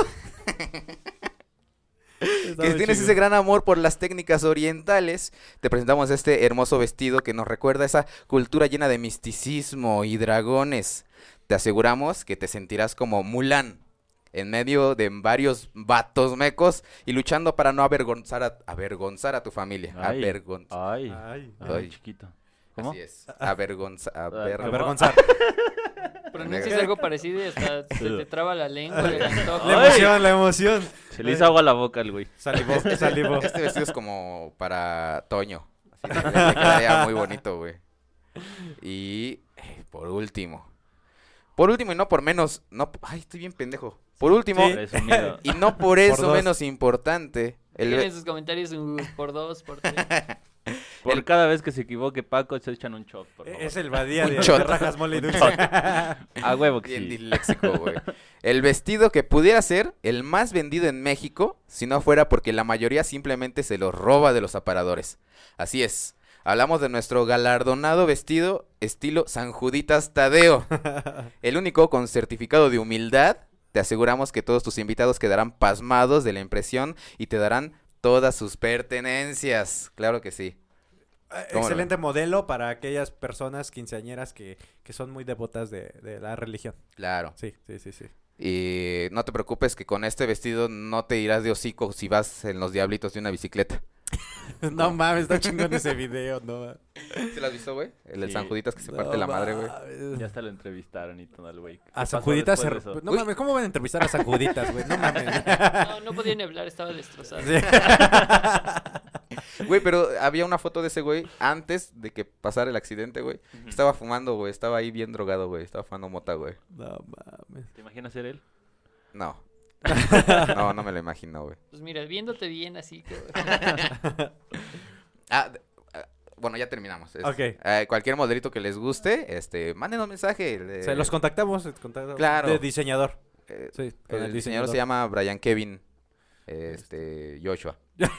que tienes ese gran amor por las técnicas orientales, te presentamos este hermoso vestido que nos recuerda esa cultura llena de misticismo y dragones. Te aseguramos que te sentirás como Mulan, en medio de varios vatos mecos y luchando para no avergonzar a, avergonzar a tu familia. Ay, Avergon- Ay, Ay. ay, Ay. chiquito. ¿Cómo? Así es. Avergonza, aver- Avergonzar. Pronuncias algo parecido y hasta se te traba la lengua del antojo. La Ay. emoción, la emoción. Se le hizo agua a la boca al güey. Salivó, salivó. Este vestido es como para Toño. Así que le quedaría muy bonito, güey. Y eh, por último. Por último y no por menos. No, ay, estoy bien pendejo. Por último, Sí. Presumido. y no por eso dos. menos importante. El, Tienen ve- sus comentarios un por dos, por tres. Por El- cada vez que se equivoque Paco, se echan un shot, por favor. Es el Badía Un de shot. de Rajas Mole y Dulce. A huevo que bien sí. disléxico, güey. El vestido que pudiera ser el más vendido en México si no fuera porque la mayoría simplemente se lo roba de los aparadores. Así es. Hablamos de nuestro galardonado vestido estilo San Juditas Tadeo. El único con certificado de humildad. Te aseguramos que todos tus invitados quedarán pasmados de la impresión y te darán todas sus pertenencias. Claro que sí. ¿Cómo lo Excelente modelo para aquellas personas quinceañeras que, que son muy devotas de, de la religión. Claro. Sí, sí, sí, sí. Y no te preocupes que con este vestido no te irás de hocico si vas en los diablitos de una bicicleta. No mames, está chingón ese video, no. ¿Sí lo has visto, güey? El del Sí. San Juditas que se parte No la madre, güey. mames. Ya hasta lo entrevistaron y todo el güey. ¿Qué A San pasó Juditas se... después de eso? No Uy. mames, ¿cómo van a entrevistar a San Juditas, güey? No mames. No, no podía ni hablar, estaba destrozado. Sí. Güey, pero había una foto de ese güey antes de que pasara el accidente, güey. Ujú. Estaba fumando, güey. Estaba ahí bien drogado, güey. Estaba fumando mota, güey. No mames. ¿Te imaginas ser él? No. No, no me lo imagino, güey. Pues mira, viéndote bien así. Que... Ah, d- ah, bueno, ya terminamos. Es- Ok. eh, cualquier modelito que les guste, este, mándenos mensaje. de- Se los contactamos, eh, contactamos Claro. de diseñador. eh, Sí, con el, el diseñador se llama Brian Kevin este, Joshua.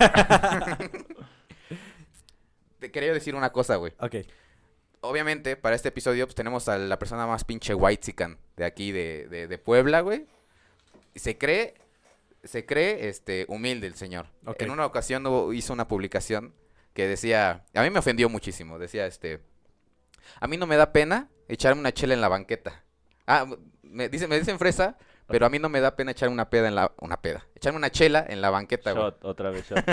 Te quería decir una cosa, güey. Ok. Obviamente, para este episodio, pues tenemos a la persona más pinche whitezican de aquí, de, de, de Puebla, güey. Y Se cree, se cree, este, humilde el señor. Ok. En una ocasión hubo- hizo una publicación que decía, a mí me ofendió muchísimo, decía, este, a mí no me da pena echarme una chela en la banqueta. Ah, me dicen, me dicen fresa, pero a mí no me da pena echarme una peda en la, una peda, echarme una chela en la banqueta, güey. Shot, otra vez shot.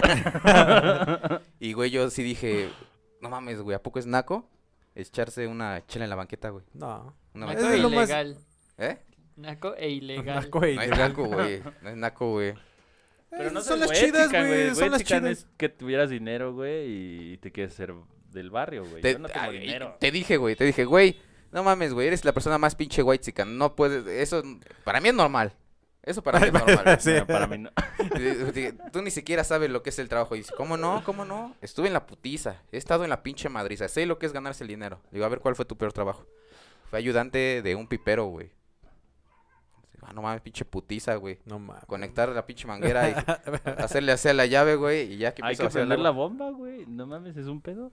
Y, güey, yo sí dije, no mames, güey, ¿a poco es naco echarse una chela en la banqueta, güey? No. Una Naco Eso e es lo más- ilegal. ¿Eh? Naco e ilegal. Naco e No es ilegal. naco, güey. No es naco, güey. Pero no son soy las chidas, huechican, güey. Son las Huechican chidas. es que tuvieras dinero, güey, y te quieres ser del barrio, güey. Te, Yo no tengo ay, dinero. te dije, güey, te dije, güey, no mames, güey, eres la persona más pinche whitezican. No puedes, eso, para mí es normal. Eso para mí es normal. Sí. Bueno, para mí no. Te- te- Tú ni siquiera sabes lo que es el trabajo. Y dice, ¿cómo no? ¿Cómo no? Estuve en la putiza. He estado en la pinche madriza. Sé lo que es ganarse el dinero. Digo, a ver, ¿cuál fue tu peor trabajo? Fue ayudante de un pipero, güey. Ah, no mames, pinche putiza, güey. No mames. Conectar la pinche manguera y hacerle así a la llave, güey, y ya que Hay empieza que a hacer prender el la agua. bomba, güey. No mames, es un pedo.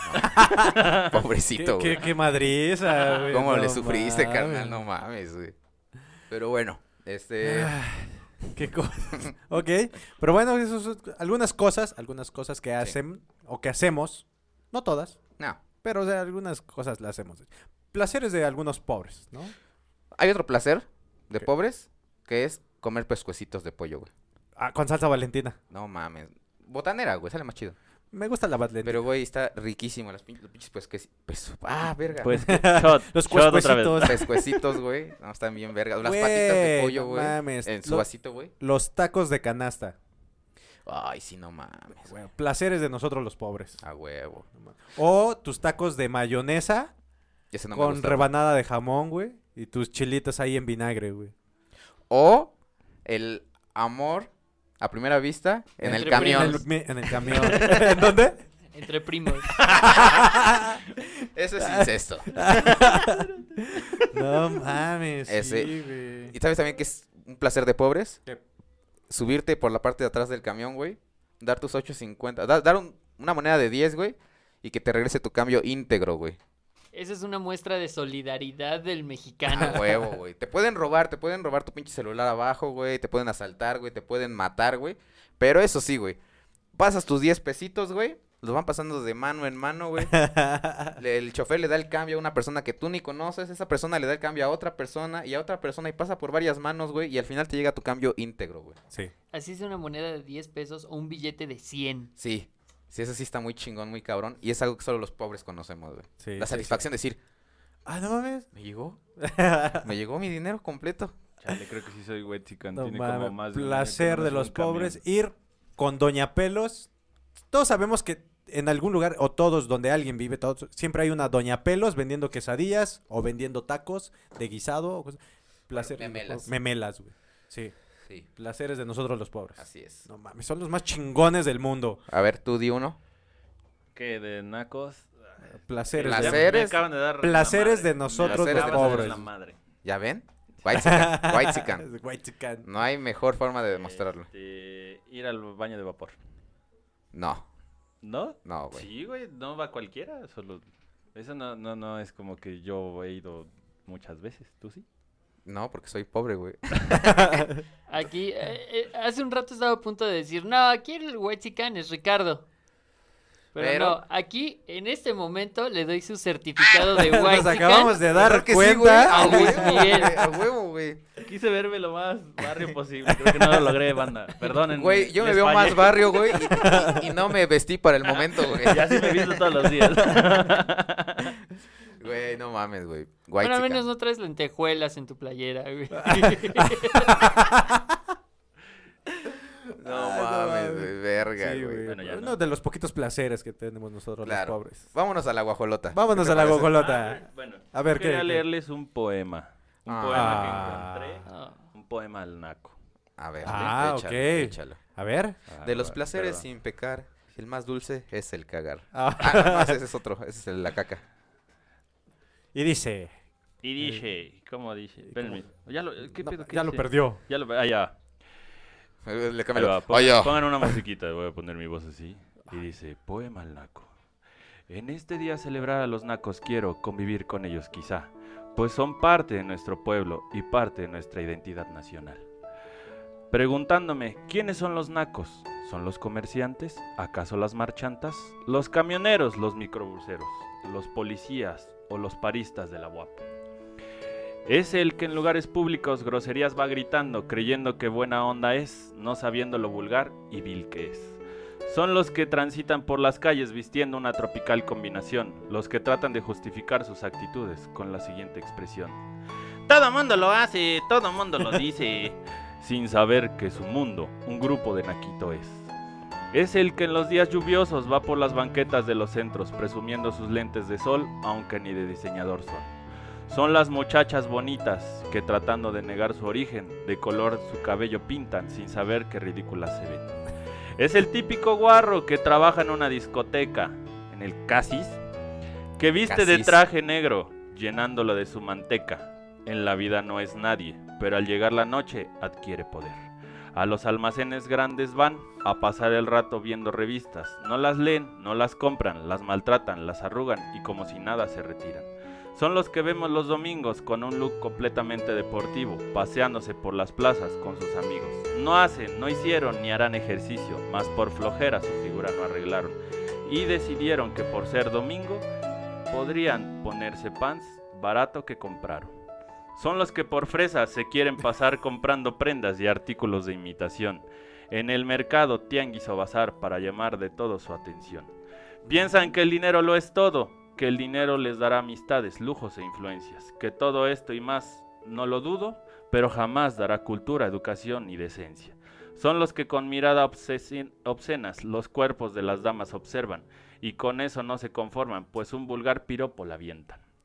Pobrecito, ¿Qué, güey. qué, qué madriza, güey. ¿Cómo No le sufriste, mames. carnal? No mames, güey. Pero bueno, este... Ah, Qué cosas. Ok. Pero bueno, eso son algunas cosas, algunas cosas que hacen o que hacemos, no todas, No. pero o sea, algunas cosas las hacemos. Placeres de algunos pobres, ¿no? Hay otro placer de ¿Qué? pobres que es comer pescuecitos de pollo, güey. Ah, con salsa valentina. No mames. Botanera, güey, sale más chido. Me gusta la valentina. Pero, güey, está riquísimo. Las pin- los pinches pescuecitos. Ah, verga. Pues, shot, Los shot otra vez. cuescuecitos. Pescuecitos, güey. No, están bien vergas. Las Güey, patitas de pollo, no güey. mames. En su Lo- vasito, güey. Los tacos de canasta. Ay, sí, no mames. Güey, placeres de nosotros los pobres. A huevo. O tus tacos de mayonesa Ese no me con gusta, güey. rebanada de jamón, güey. Y tus chilitos ahí en vinagre, güey. O el amor a primera vista en el Entre camión. En el, en el camión. ¿En dónde? Entre primos. Eso es incesto. No mames. Ese. Sí, güey. ¿Y sabes también que es un placer de pobres? ¿Qué? Subirte por la parte de atrás del camión, güey. Dar tus ocho cincuenta. da- dar un- una moneda de diez, güey. Y que te regrese tu cambio íntegro, güey. Esa es una muestra de solidaridad del A mexicano. huevo, güey. Te pueden robar, te pueden robar tu pinche celular abajo, güey. Te pueden asaltar, güey. Te pueden matar, güey. Pero eso sí, güey. Pasas tus diez pesitos, güey. Los van pasando de mano en mano, güey. Le- El chofer le da el cambio a una persona que tú ni conoces. Esa persona le da el cambio a otra persona y a otra persona y pasa por varias manos, güey. Y al final te llega tu cambio íntegro, güey. Sí. Así es una moneda de diez pesos o un billete de cien. Sí. Sí, eso sí está muy chingón, muy cabrón. Y es algo que solo los pobres conocemos, güey. Sí, La sí, satisfacción de decir, Ah, no mames. ¿me llegó? Me llegó mi dinero completo. Chale, creo que sí soy Huetzican. No Tiene mames, como más de un año que placer no de me subo los un camión. pobres. Ir con Doña Pelos. Todos sabemos que en algún lugar, o todos donde alguien vive, todos, siempre hay una Doña Pelos vendiendo quesadillas o vendiendo tacos de guisado. O cosas. Placer de los Memelas. pobres. Memelas, güey. Sí. Sí, Placeres de nosotros los pobres. así es. No mames, son los más chingones del mundo. A ver, tú di uno. ¿Qué? ¿De nacos? Placeres. Placer. de- Ya me Placeres- acaban de dar la placeres madre. de nosotros los Me acaban de dar pobres. la madre. ¿Ya ven? Whitezican, Whitezican. Whitezican. No hay mejor forma de demostrarlo. Este, ir al baño de vapor. No, ¿No? no, güey. Sí, güey, no va cualquiera, solo... Eso no, no, no es como que yo he ido muchas veces, ¿tú sí? No, porque soy pobre, güey. Aquí, eh, eh, hace un rato estaba a punto de decir, no, aquí el Huetzican es Ricardo. Pero, Pero- no, aquí, en este momento, le doy su certificado de Nos Huetzican. acabamos de dar ¿Verdad que sí, cuenta. güey? a A Luis huevo, Miguel. güey, a huevo, güey. Quise verme lo más barrio posible, creo que no lo logré, banda. Perdonen. Güey, yo me les veo fallé. más barrio, güey, y, y- y no me vestí para el momento, güey. Ya sí me he visto todos los días. Güey, no mames, güey. Bueno, al Whitezican. menos no traes lentejuelas en tu playera, güey. No Ah, no mames, mames. güey, verga, Sí, güey. güey. Bueno, ya Uno no. de los poquitos placeres que tenemos nosotros Claro. los pobres. Vámonos a la guajolota. Vámonos ¿Qué a te la parece? guajolota. Bueno, A ver, yo ¿qué- quería qué? leerles un poema. Un Ah. poema que encontré. Ah, Un poema al naco. A ver, Ah, échalo, ok. échalo. A ver. Ah, De los bueno, placeres perdón. sin pecar, el más dulce es el cagar. Ah. Ah, no, no, ese es otro, ese es el- la caca. Y dice. Y dice, ¿cómo dice? Espérenme. Ya lo, ¿qué No, pedo? ¿Qué ya lo dice? perdió. Ya lo, ah, ya. Eh, Le Ahí cambio. va, pon- Oye, pongan una musiquita, voy a poner mi voz así. Y dice, poema al naco. En este día celebrar a los nacos quiero convivir con ellos quizá, pues son parte de nuestro pueblo y parte de nuestra identidad nacional. Preguntándome, ¿quiénes son los nacos? ¿Son los comerciantes? ¿Acaso las marchantas? ¿Los camioneros? ¿Los microbuseros? ¿Los policías? ¿O los paristas de la U A P? Es el que en lugares públicos groserías va gritando, creyendo que buena onda es, no sabiendo lo vulgar y vil que es. Son los que transitan por las calles vistiendo una tropical combinación, los que tratan de justificar sus actitudes con la siguiente expresión. Todo mundo lo hace, todo mundo lo dice, sin saber que su mundo, un grupo de naquito es. Es el que en los días lluviosos va por las banquetas de los centros presumiendo sus lentes de sol, aunque ni de diseñador son. Son las muchachas bonitas que tratando de negar su origen, de color su cabello pintan sin saber qué ridículas se ven. Es el típico guarro que trabaja en una discoteca, en el Casis, que viste de Casis. traje negro, llenándolo de su manteca. En la vida no es nadie, pero al llegar la noche adquiere poder. A los almacenes grandes van a pasar el rato viendo revistas. No las leen, no las compran, las maltratan, las arrugan y como si nada se retiran. Son los que vemos los domingos con un look completamente deportivo, paseándose por las plazas con sus amigos. No hacen, no hicieron ni harán ejercicio, mas por flojera su figura no arreglaron. Y decidieron que por ser domingo podrían ponerse pants barato que compraron. Son los que por fresas se quieren pasar comprando prendas y artículos de imitación. En el mercado, tianguis o bazar para llamar de todo su atención. Piensan que el dinero lo es todo, que el dinero les dará amistades, lujos e influencias, que todo esto y más no lo dudo, pero jamás dará cultura, educación y decencia. Son los que con mirada obsesi- obscenas los cuerpos de las damas observan, y con eso no se conforman, pues un vulgar piropo la avientan.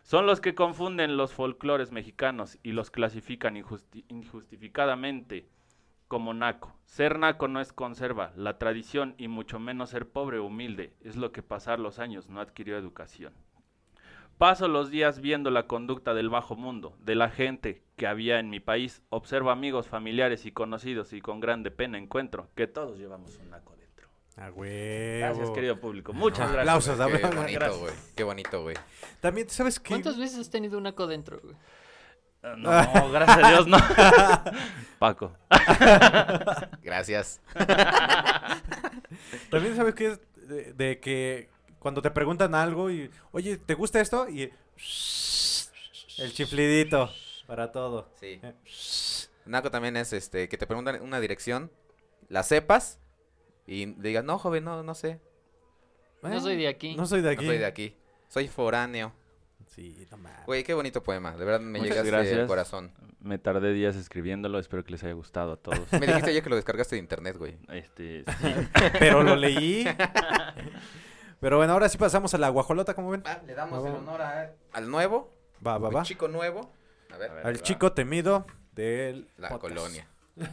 Son los que confunden los folclores mexicanos y los clasifican injusti- injustificadamente como naco. Ser naco no es conserva la tradición y mucho menos ser pobre o humilde. Es lo que pasar los años no adquirió educación. Paso los días viendo la conducta del bajo mundo, de la gente que había en mi país. Observo amigos, familiares y conocidos y con grande pena encuentro que todos llevamos un naco dentro. A huevo. Gracias, querido público. Muchas gracias. Aplausos, Qué aplausos. bonito, Gracias. güey. Qué bonito, güey. También, ¿sabes qué? ¿Cuántas veces has tenido un naco dentro, güey? No, gracias a Dios, no. Paco. Gracias. También sabes qué es de, de que cuando te preguntan algo y, oye, ¿te gusta esto? Y el chiflidito para todo. Sí. Eh, Naco también es este que te preguntan una dirección, la sepas y digas, no, joven, no, no sé. No soy de aquí. No soy de No aquí. soy de aquí. Soy foráneo. Sí, no mames. Güey, qué bonito poema. De verdad me Muchas llegaste gracias. al corazón. Me tardé días escribiéndolo, espero que les haya gustado a todos. Me dijiste ayer que lo descargaste de internet, güey. Este, sí. Pero lo leí. Pero bueno, ahora sí pasamos a la guajolota, ¿cómo ven? Ah, le damos Va, el va. honor a- al nuevo, Va, va, al va. chico nuevo. A ver, A ver. Al va. chico temido del la podcast. colonia.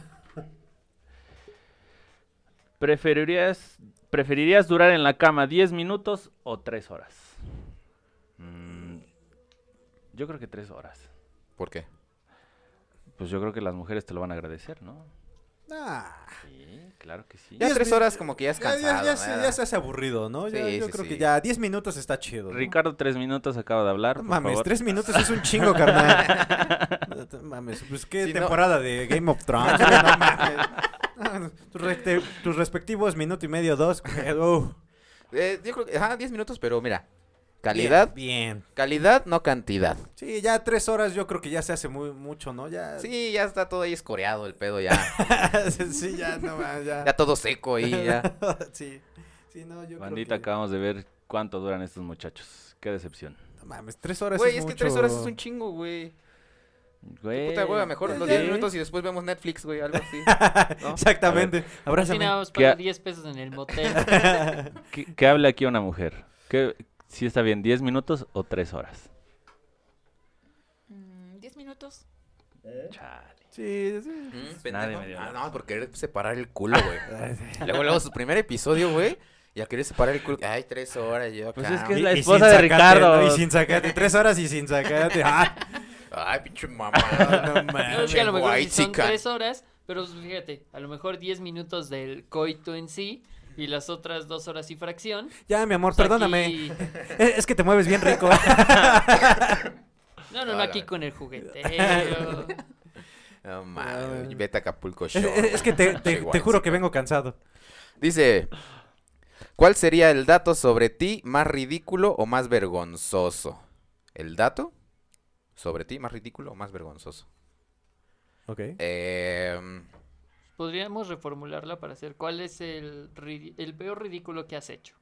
¿Preferirías, ¿Preferirías durar en la cama diez minutos o tres horas? Mm, yo creo que tres horas. ¿Por qué? Pues yo creo que las mujeres te lo van a agradecer, ¿no? Ah, Sí, claro que sí. Ya Diez tres mi- horas como que ya es ya, cansado. ya, ya, ¿no? se, ya se hace aburrido, ¿no? Ya, Sí, yo sí, creo sí. que ya diez minutos está chido, ¿no? Ricardo, tres minutos acaba de hablar. No por mames, favor. tres minutos es un chingo, carnal. No mames, pues qué Sí, no. temporada de Game of Thrones, güey, no mames. Ah, Tus, re- tus respectivos minuto y medio, dos. güey, uh. Eh, yo creo que, ajá, diez minutos, pero mira, calidad, Bien, bien. calidad, no cantidad. Sí, ya tres horas yo creo que ya se hace muy mucho, ¿no? Ya. Sí, ya está todo ahí escoreado el pedo, ya. sí, ya, no más, ya. Ya todo seco ahí, ya. sí. Sí, no, yo Bandita, creo que... acabamos de ver cuánto duran estos muchachos. Qué decepción. No mames, tres horas Güey, es es que mucho. tres horas es un chingo, güey. Güey. Puta hueva, mejor ya, los ya. diez minutos y después vemos Netflix, güey, algo así. ¿no? Exactamente. Así Abrázame. nada más ¿Qué paga ha- diez pesos en el motel. ¿Qué, qué habla aquí una mujer? ¿Qué, si está bien, diez minutos o tres horas? ¿Diez minutos? Chale. Sí, sí. Mm, Nadie pendejo. me dio Ah, nada. no, por querer separar el culo, güey. Luego, luego, su primer episodio, güey, ya querer separar el culo. Ay, tres horas, yo acá. Pues es que es Y- la y esposa sin de zacate, Ricardo. ¿no? Y sin sacate. Tres horas y sin sacate. Ah, Ay, pinche mamá. no No, mames. es que a lo mejor sí son Whitezican. tres horas, pero fíjate, a lo mejor diez minutos del coito en sí y las otras dos horas y fracción. Ya, mi amor, Pues perdóname. aquí- Es es que te mueves bien rico. No, no, no, Hola. aquí con el juguetero. No mames, Ay. vete a Acapulco Es, Shore. es- es que te, te- Pinche te juro que Whitezican. vengo cansado. Dice, ¿cuál sería el dato sobre ti más ridículo o más vergonzoso? ¿El dato sobre ti más ridículo o más vergonzoso? Ok. Eh, Podríamos reformularla para hacer cuál es el, ridi- el peor ridículo que has hecho.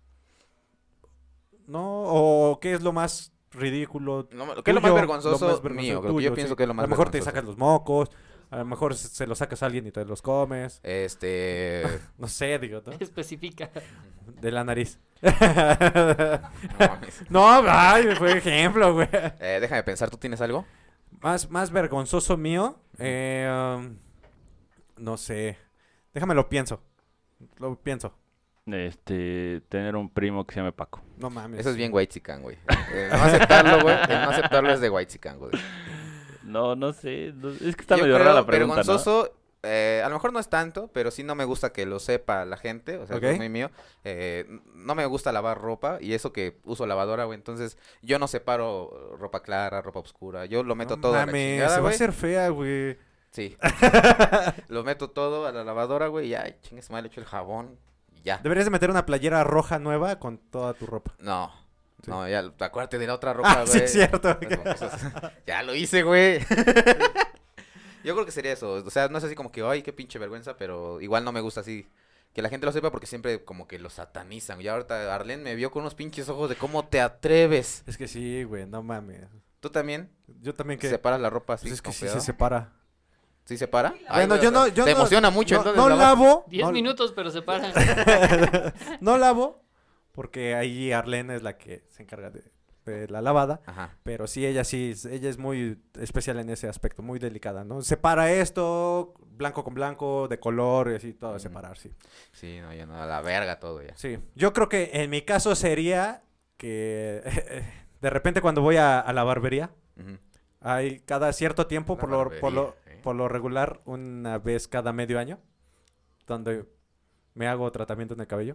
¿No? ¿O qué es lo más ridículo? no, ¿qué es lo más tuyo? vergonzoso Lo más vergonzoso mío? Lo que tuyo, yo pienso sí. que es lo más A lo mejor te vergonzoso. sacas los mocos. A lo mejor se se los sacas a alguien y te los comes. Este... No sé, digo, ¿no? Especifica. De la nariz. no mames. No, ay, fue ejemplo, güey. Eh, déjame pensar, ¿tú tienes algo? Más, más vergonzoso mío. eh, um, no sé. Déjame lo pienso. Lo pienso. Este, tener un primo que se llame Paco. No mames. Eso es bien whitezican, güey. Eh, no aceptarlo, güey. El no aceptarlo es de whitezican, güey. No, no sé. no- es que está Yo medio creo rara la pregunta, ¿no? vergonzoso, eh, a lo mejor no es tanto, pero sí no me gusta que lo sepa la gente, o sea, Ok. es muy mío. Eh, n- no me gusta lavar ropa y eso que uso lavadora, güey, entonces yo no separo ropa clara, ropa oscura, yo lo meto No todo a la mames, chingada, se va a güey. hacer fea, güey. Sí. Lo meto todo a la lavadora, güey, y ya, chingue su madre, le echo el jabón y ya. Deberías de meter una playera roja nueva con toda tu ropa. No. Sí. No, ya, acuérdate de la otra ropa, Ah, güey. sí, es cierto. Ya lo hice, güey. Yo creo que sería eso. O sea, no es así como que, ay, qué pinche vergüenza, pero igual no me gusta así que la gente lo sepa porque siempre como que lo satanizan. Y ahorita Arlen me vio con unos pinches ojos de cómo te atreves. Es que sí, güey, no mames. ¿Tú también? Yo también que... ¿Separas la ropa así? Pues es que con sí cuidado? se separa. ¿Sí separa? Ay, Bueno, güey, yo o sea, no... Yo te no- emociona mucho, no, entonces. No lavar. lavo. Diez no- minutos, pero se para. no lavo porque ahí Arlene es la que se encarga de de la lavada. Ajá. Pero sí, ella sí, es- ella es muy especial en ese aspecto, muy delicada, ¿no? Separa esto, blanco con blanco, de color y así, todo a Ujú. separar, sí. Sí, no, ya no, a la verga todo ya. Sí, yo creo que en mi caso sería que de repente cuando voy a, a la barbería, Ujú. hay cada cierto tiempo, La por lo, por, lo, barbería, ¿eh? por lo regular, una vez cada medio año, donde me hago tratamiento en el cabello.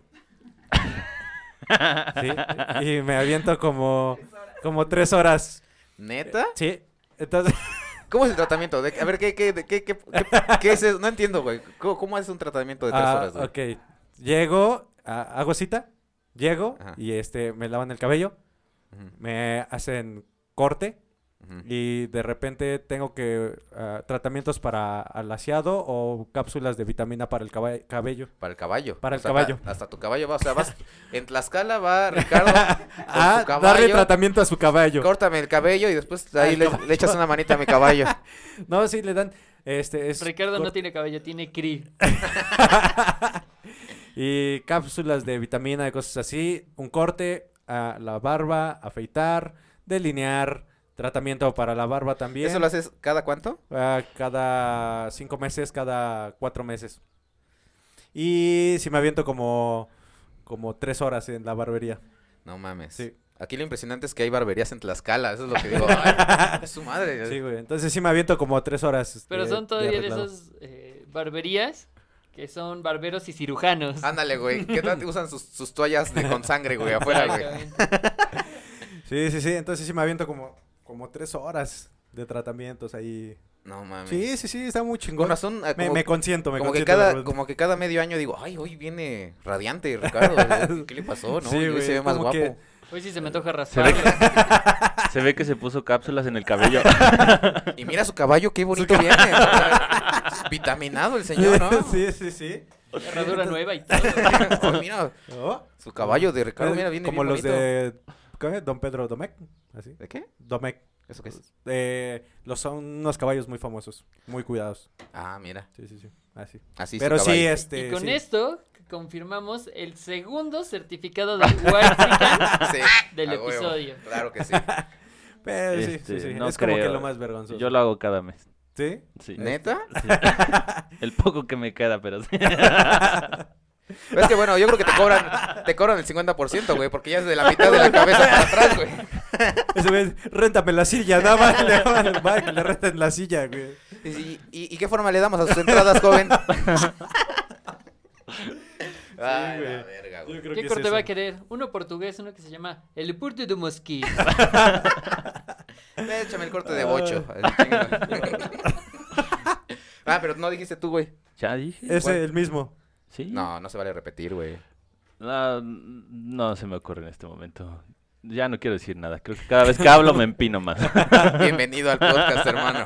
Sí, y me aviento como, como tres horas. ¿Neta? Sí, entonces... ¿Cómo es el tratamiento? De- a ver, ¿qué, qué, de- qué, qué, qué, qué es eso? No entiendo, güey. ¿Cómo, cómo haces un tratamiento de tres Ah, horas, güey? ok. Llego, ah, hago cita, llego Ajá. y este me lavan el cabello, Ujú, me hacen corte ujú. y de repente tengo que ah, tratamientos para alaciado o cápsulas de vitamina para el caba- cabello. Para el caballo. Para O el sea, caballo. pa- hasta tu caballo va. O sea, vas. En Tlaxcala va Ricardo. Con Ah, su caballo. darle tratamiento a su caballo. Córtame el cabello y después ahí Al le, caballo. le echas una manita a mi caballo. No, sí le dan este es Ricardo no cor- tiene cabello, tiene cri. y cápsulas de vitamina y cosas así, un corte a la barba, afeitar, delinear, tratamiento para la barba también. ¿Eso lo haces cada cuánto? Ah, cada cinco meses, cada cuatro meses. Y si me aviento como, como tres horas en la barbería. No mames. Sí. Aquí lo impresionante es que hay barberías en Tlaxcala. Eso es lo que digo. Ay, es su madre. Sí, güey. Entonces sí me aviento como tres horas. este, Pero son todavía de arreglado. esas eh, barberías que son barberos y cirujanos. Ándale, güey. ¿Qué tal usan sus, sus toallas de, con sangre, güey, afuera, güey? Exactamente. Sí, sí, sí. Entonces sí me aviento como, como tres horas de tratamientos ahí. No mames. Sí, sí, sí. Está muy Con chingón. razón, ah, Me, como, me consiento, me como que consiento de cada, repente. como que cada medio año digo, ay, hoy viene radiante, Ricardo. ¿Qué, qué le pasó, no? Sí, Y hoy güey, se ve más como guapo. que- Hoy sí se me antoja Se ve, rasparlo. que, se ve que se puso cápsulas en el cabello. Y mira su caballo, qué bonito viene. O sea, vitaminado el señor, ¿no? Sí, sí, sí. Herradura nueva y todo. Oh, mira, Oh, su caballo de Ricardo, eh, mira, viene como bien los bonito. de ¿qué? Don Pedro Domecq, así. ¿De qué? Domecq. ¿Eso qué es? Eh, los son unos caballos muy famosos, muy cuidados. Ah, mira. Sí, sí, sí. Así. Así Pero su sí, caballo. este. Y con sí. esto confirmamos el segundo certificado de White Sí, del a huevo. episodio. Claro que sí. Pero sí, Este, sí, sí. no es como que creo. lo más vergonzoso. Yo lo hago cada mes. ¿Sí? Sí. ¿Neta? Sí. El poco que me queda, pero sí. Pero es que bueno, yo creo que te cobran, te cobran el cincuenta por ciento, güey, porque ya es de la mitad de la cabeza para atrás, güey. Ese güey, réntame la silla, nada más le van al bar que le renten la silla, güey. ¿Y, y, y qué forma le damos a sus entradas, joven? Ay, güey. la verga, güey. Yo creo ¿Qué que corte es va a eso. querer? Uno portugués, uno que se llama El Porte de Mosquí. Échame el corte de bocho. Así, chinga. Ah, pero no dijiste tú, güey. ¿Ya dije? Ese, ¿Cuál? el mismo. ¿Sí? No, no se vale repetir, güey. No, no se me ocurre en este momento. Ya no quiero decir nada. Creo que cada vez que hablo me empino más. Bienvenido al podcast, hermano.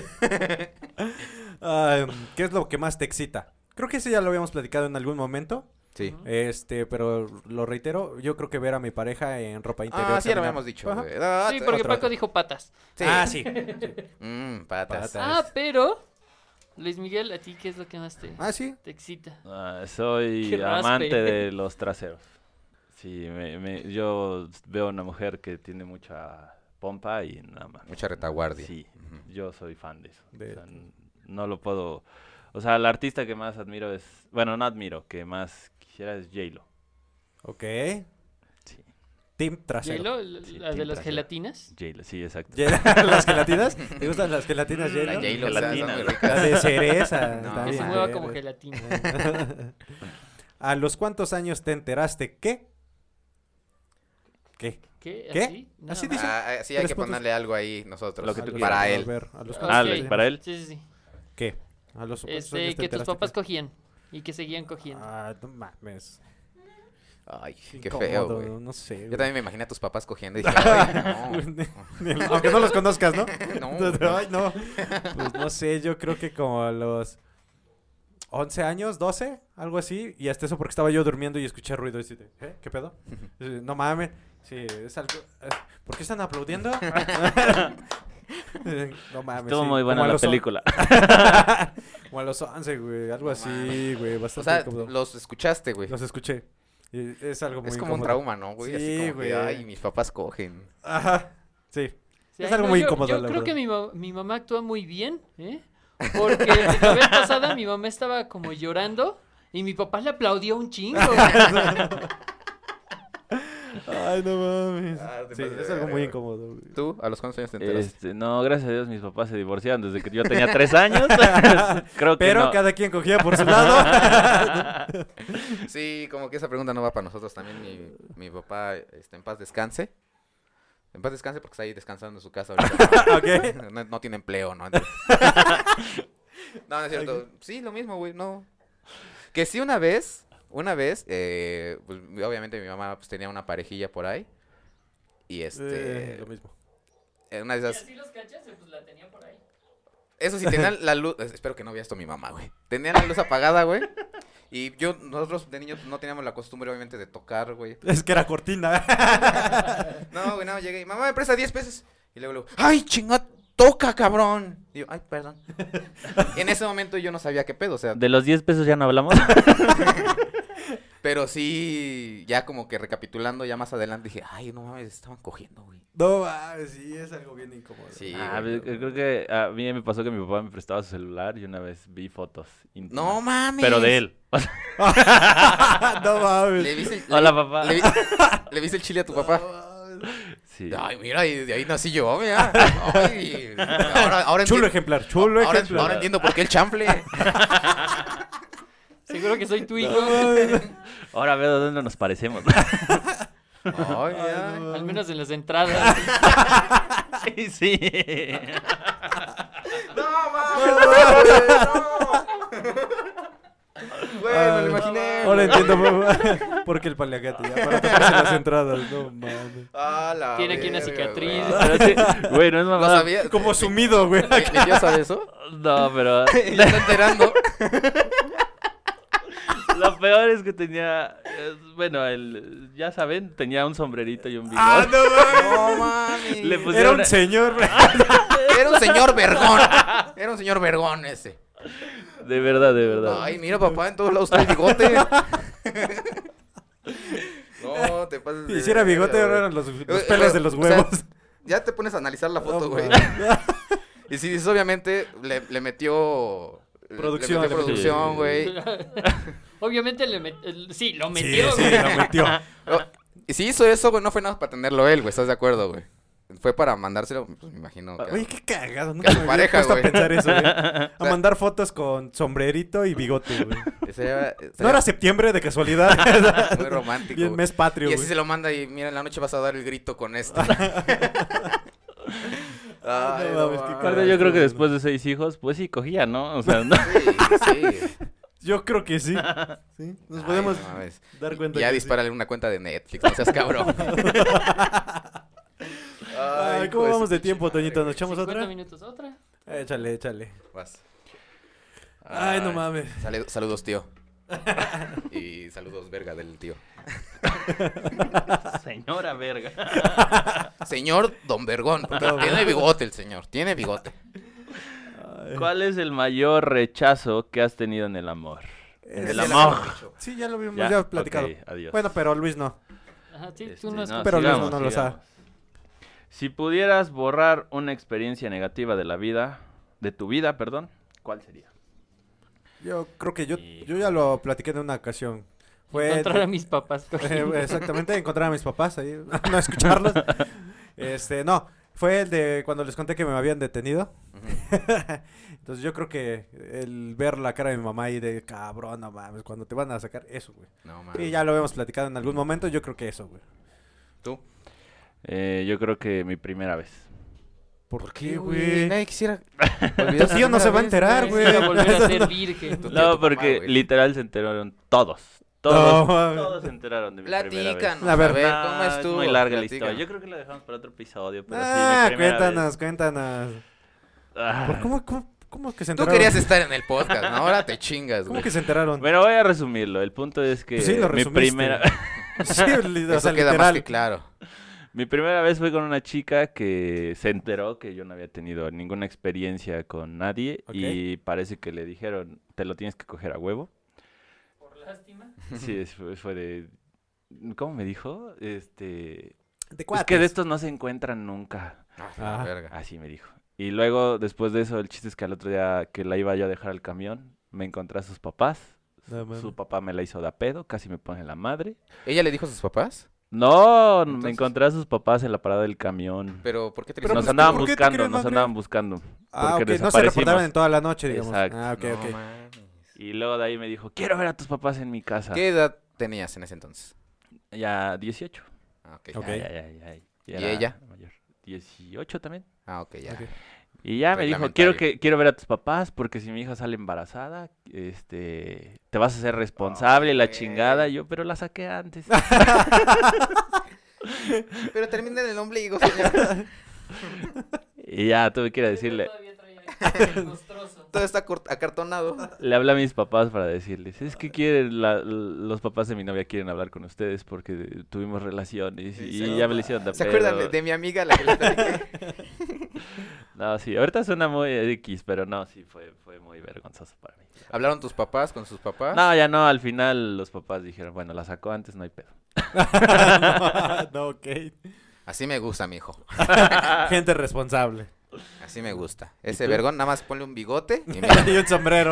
Ay, ¿qué es lo que más te excita? Creo que ese ya lo habíamos platicado en algún momento. Sí. Este, pero lo reitero, yo creo que ver a mi pareja en ropa interior. Ah, sí, ya lo caminar- habíamos dicho, Ajá. güey. Ah, Sí, t- porque otra, Paco otra. dijo patas. sí. Ah, sí. Mm, patas. Patas. Ah, pero... Luis Miguel, ¿a ti qué es lo que más te, Ah, sí. te excita? Ah, soy Qué raspe. amante de los traseros. Sí, me, me- yo veo una mujer que tiene mucha pompa y nada más. Mucha retaguardia. Sí, Ujú. yo soy fan de eso. De- O sea, n- no lo puedo... O sea, el artista que más admiro es... Bueno, no admiro, que más quisiera es J-Lo. Ok. Sí, Team trasero. ¿Hielo? ¿La Sí, de team las trasero. gelatinas? J-Lo, sí, exacto. Ye- ¿Las gelatinas? ¿Te gustan las gelatinas, La J-Lo? J-Lo, Gelatina. está muy La rica. de cereza. No, está Que se bien mueva verga. como gelatina. ¿A los cuántos años te enteraste que? ¿Qué? ¿Qué? ¿Qué? ¿Así? No, Así no. dice. Ah, ah, sí, hay Tres que puntos. ponerle algo ahí nosotros. Lo que tú para quieras. él. A ver, ¿a los Ok. cuántos Ah, años ¿le- te- para él? Sí, sí, sí. ¿Qué? ¿A los cuántos Este, años te que tus enteraste papás que? cogían y que seguían cogiendo. Ah, no mames. Ay, qué Incómodo, feo, güey. No sé. Yo también me imaginé a tus papás cogiendo y dije, ay, no. Aunque no los conozcas, ¿no? No. Ay, no. Pues no sé, yo creo que como a los once años, doce, algo así. Y hasta eso porque estaba yo durmiendo y escuché ruido. Y así de, ¿eh? ¿Qué pedo? Y, no mames. Sí, es algo... eh, ¿Por qué están aplaudiendo? No mames. Estuvo sí, muy buena como a la los on- película. Como a los once, güey. Algo No así, mames. güey. O Bastante sea, incómodo. los escuchaste, güey. Los escuché. Y es algo muy Es como un incómodo. trauma, ¿no, güey? Sí, Así como güey. que, ay, mis papás cogen. Ajá, sí. Sí, Es ay, algo no, muy yo- incómodo, Yo la creo que verdad. mi, ma- mi mamá actúa muy bien, ¿eh? Porque la vez pasada mi mamá estaba como llorando y mi papá le aplaudió un chingo. Ay, no mames. Ah, te Sí, pasas de es algo verga, muy güey. incómodo, güey. ¿Tú? ¿A los cuántos años te enteraste? Este, no, gracias a Dios mis papás se divorciaron desde que yo tenía tres años. Creo que Pero no. cada quien cogía por su lado. Sí, como que esa pregunta no va para nosotros también. Mi, mi papá, este, en paz descanse. En paz descanse porque está ahí descansando en su casa ahorita. Ok. No, no tiene empleo, ¿no? Entonces- No, no es cierto. Sí, lo mismo, güey, no. Que sí una vez, una vez, eh, pues, obviamente mi mamá pues, tenía una parejilla por ahí. Y este, Eh, lo mismo. en una de Y esas, así los cachas, pues la tenía por ahí. eso sí, tenían la luz, eh, espero que no vea esto mi mamá, güey. Tenían la luz apagada, güey. Y yo, nosotros de niños no teníamos la costumbre, obviamente, de tocar, güey. Es que era cortina. No, güey, no, llegué y mamá me presta diez pesos. Y luego, luego, ay, chinga, toca, cabrón. Y yo, ay, perdón. Y en ese momento yo no sabía qué pedo, o sea, De los diez pesos ya no hablamos. pero sí, ya como que recapitulando ya más adelante dije, ay, no mames, estaban cogiendo, güey. No mames, sí, es algo bien incómodo. Sí, Ah, güey. yo creo que a mí me pasó que mi papá me prestaba su celular y una vez vi fotos íntimas. No mames. Pero de él. No mames. Le viste el, Hola, le- papá. Le, vi- le viste el chile a tu papá. Sí. Ay, mira, y de ahí nací yo, mira. Ay, ahora, ahora Chulo enti- ejemplar, chulo ahora, ejemplar. ahora entiendo por qué el chanfle. Seguro que soy tu hijo. Ahora veo dónde nos parecemos. Ay, mira. Ay, no. Al menos en las entradas. Sí, sí. No, mames, no. Bueno, Ay, lo imaginé. Ahora güey. entiendo por, por qué el paliacate ya. Para tocarse las entradas. No mames. A la Tiene aquí una verga, cicatriz. güey. Pero sí, güey, no es ¿Lo mamada. sabías? Como sumido, güey. ¿Mi, mi tío sabe eso? No, pero Ya está enterando. lo peor es que tenía, eh, bueno, el, ya saben, tenía un sombrerito y un bigote. Ah, no mames. No mames. Le Era pusieron un una- señor. Era un señor vergón. Era un señor vergón ese. De verdad, de verdad. Ay, mira, papá, en todos lados trae bigote. No, te pasas de Y si era bigote, verga, ahora güey. eran los, los Eh, pelos eh, de los o sea, huevos. Ya te pones a analizar la foto, No güey. mames. Y si dices, obviamente, le, le metió... Producción, Le le metió metió. producción, Sí. güey. Obviamente le met- el- sí, lo Sí, metió. sí, güey. lo metió. Oh, y si hizo eso, güey, no fue nada para tenerlo él, güey. ¿Estás de acuerdo, güey? Fue para mandárselo, pues me imagino. Que... Oye, qué cagado. Que Nunca a me tu había pareja, puesto a güey. pensar eso, güey. A sea- mandar fotos con sombrerito y bigote, güey. Sería- No sería era septiembre de casualidad. muy romántico. Bien güey. mes patrio, Y así güey. se lo manda y mira, en la noche vas a dar el grito con este. Ay, no mames, qué mames. Aparte, yo creo que después de seis hijos, pues sí, cogía, ¿no? O sea, no. Sí, sí. Yo creo que sí. Sí, nos podemos Ay, no mames. dar cuenta. Ya que sí. dispárale una cuenta de Netflix, no seas cabrón. Ay, ¿cómo hijo vamos su de tiempo, pinche Toñito? ¿Nos madre. echamos cincuenta otra? minutos, otra. Échale, échale. Vas. Ay, no mames. Sale- saludos, tío. Y saludos, verga, del tío. Señora verga. Señor Don Vergón. porque tiene bigote el señor, tiene bigote. Ay. ¿Cuál es el mayor rechazo que has tenido en el amor? En Ese el ya Ya lo amor. habíamos dicho. Sí, ya lo habíamos Ya, ya, platicado. ok, adiós. Bueno, pero Luis no. Ajá, sí, Este, tú no has no, Pero Luis sigamos, no lo sabe. sigamos. Si pudieras borrar una experiencia negativa de la vida, de tu vida, perdón, ¿cuál sería? Yo creo que yo, Y- yo ya lo platiqué en una ocasión. Fue encontrar a mis papás. Eh, cogiendo. exactamente, encontrar a mis papás ahí, no escucharlos. Este, no, fue el de cuando les conté que me habían detenido. Ujú. Entonces yo creo que el ver la cara de mi mamá ahí de cabrón, no mames, cuando te van a sacar eso, güey. No mames. Y ya lo habíamos platicado en algún momento, yo creo que eso, güey. ¿Tú? Eh, yo creo que mi primera vez. ¿Por, ¿Qué, güey? Nadie quisiera. olvidar Tu su tío no primera se va a vez, enterar, güey. Quisiera volver a ser virgen. Tu tío, tu No, mamá, porque güey. literal se enteraron todos. Todos, No, mames. todos se enteraron de mi primera vez. Platícanos. A A ver. ver, No, ¿cómo es estuvo? muy larga la Platícanos. historia. Yo creo que la dejamos para otro episodio, pero sí, Ah, mi primera cuéntanos, vez. cuéntanos. Ah. ¿Por cómo, cómo, cómo que se Tú enteraron? querías estar en el podcast, ¿no? Ahora te chingas, ¿Cómo güey. que se enteraron? Bueno, voy a resumirlo. El punto es que Pues sí, lo mi resumiste. primera Sí, li- o Eso sea, queda más literal. que claro. mi primera vez fue con una chica que se enteró que yo no había tenido ninguna experiencia con nadie Ok. y parece que le dijeron, te lo tienes que coger a huevo. Por lástima. Sí, es- fue, fue de, ¿Cómo me dijo? Este... De Es que de estos no se encuentran nunca. Ah, la Ah. verga. Así me dijo. Y luego, después de eso, el chiste es que al otro día que la iba yo a dejar al camión, me encontré a sus papás. No, mames. Su papá me la hizo de a pedo, casi me pone la madre. ¿Ella le dijo a sus papás? No, me Entonces- encontré a sus papás en la parada del camión. Pero, ¿por qué te Pero, nos pues, andaban ¿por qué te buscando, crees nos más andaban grande? buscando. Ah, porque ok, no se desaparecimos. reportaron en toda la noche, digamos. Exacto. Ah, ok, No ok. mames. Y luego de ahí me dijo, quiero ver a tus papás en mi casa. ¿Qué edad tenías en ese entonces? Ya dieciocho. Ah, ok. Ok. Ya, ya, ya, ya, ya ¿Y era ella? mayor. dieciocho también. Ah, ok, ya. Ok. Y ya me dijo, Reglamentario. quiero que quiero ver a tus papás porque si mi hija sale embarazada, este, te vas a hacer responsable, la Ay, chingada. güey. Yo, pero la saqué antes. Pero termina en el ombligo, señor. Y ya tuve que ir a decirle, Todavía traía el monstruoso. Todo está cort- acartonado. le hablé a mis papás para decirles, es que quieren, la- los papás de mi novia quieren hablar con ustedes porque tuvimos relaciones y, Sí, ya me le hicieron de ¿Se pedo. acuerdan de, de mi amiga la que les platiqué? No, sí, ahorita suena muy X, pero no, sí, fue, fue muy vergonzoso para mí. ¿Hablaron tus papás con sus papás? No, ya no, al final los papás dijeron, bueno, la sacó antes, no hay pedo. No, ok. Así me gusta, mijo. Gente responsable. Así me gusta. ¿Y Ese tú? vergón nada más ponle un bigote y mira, Y un sombrero.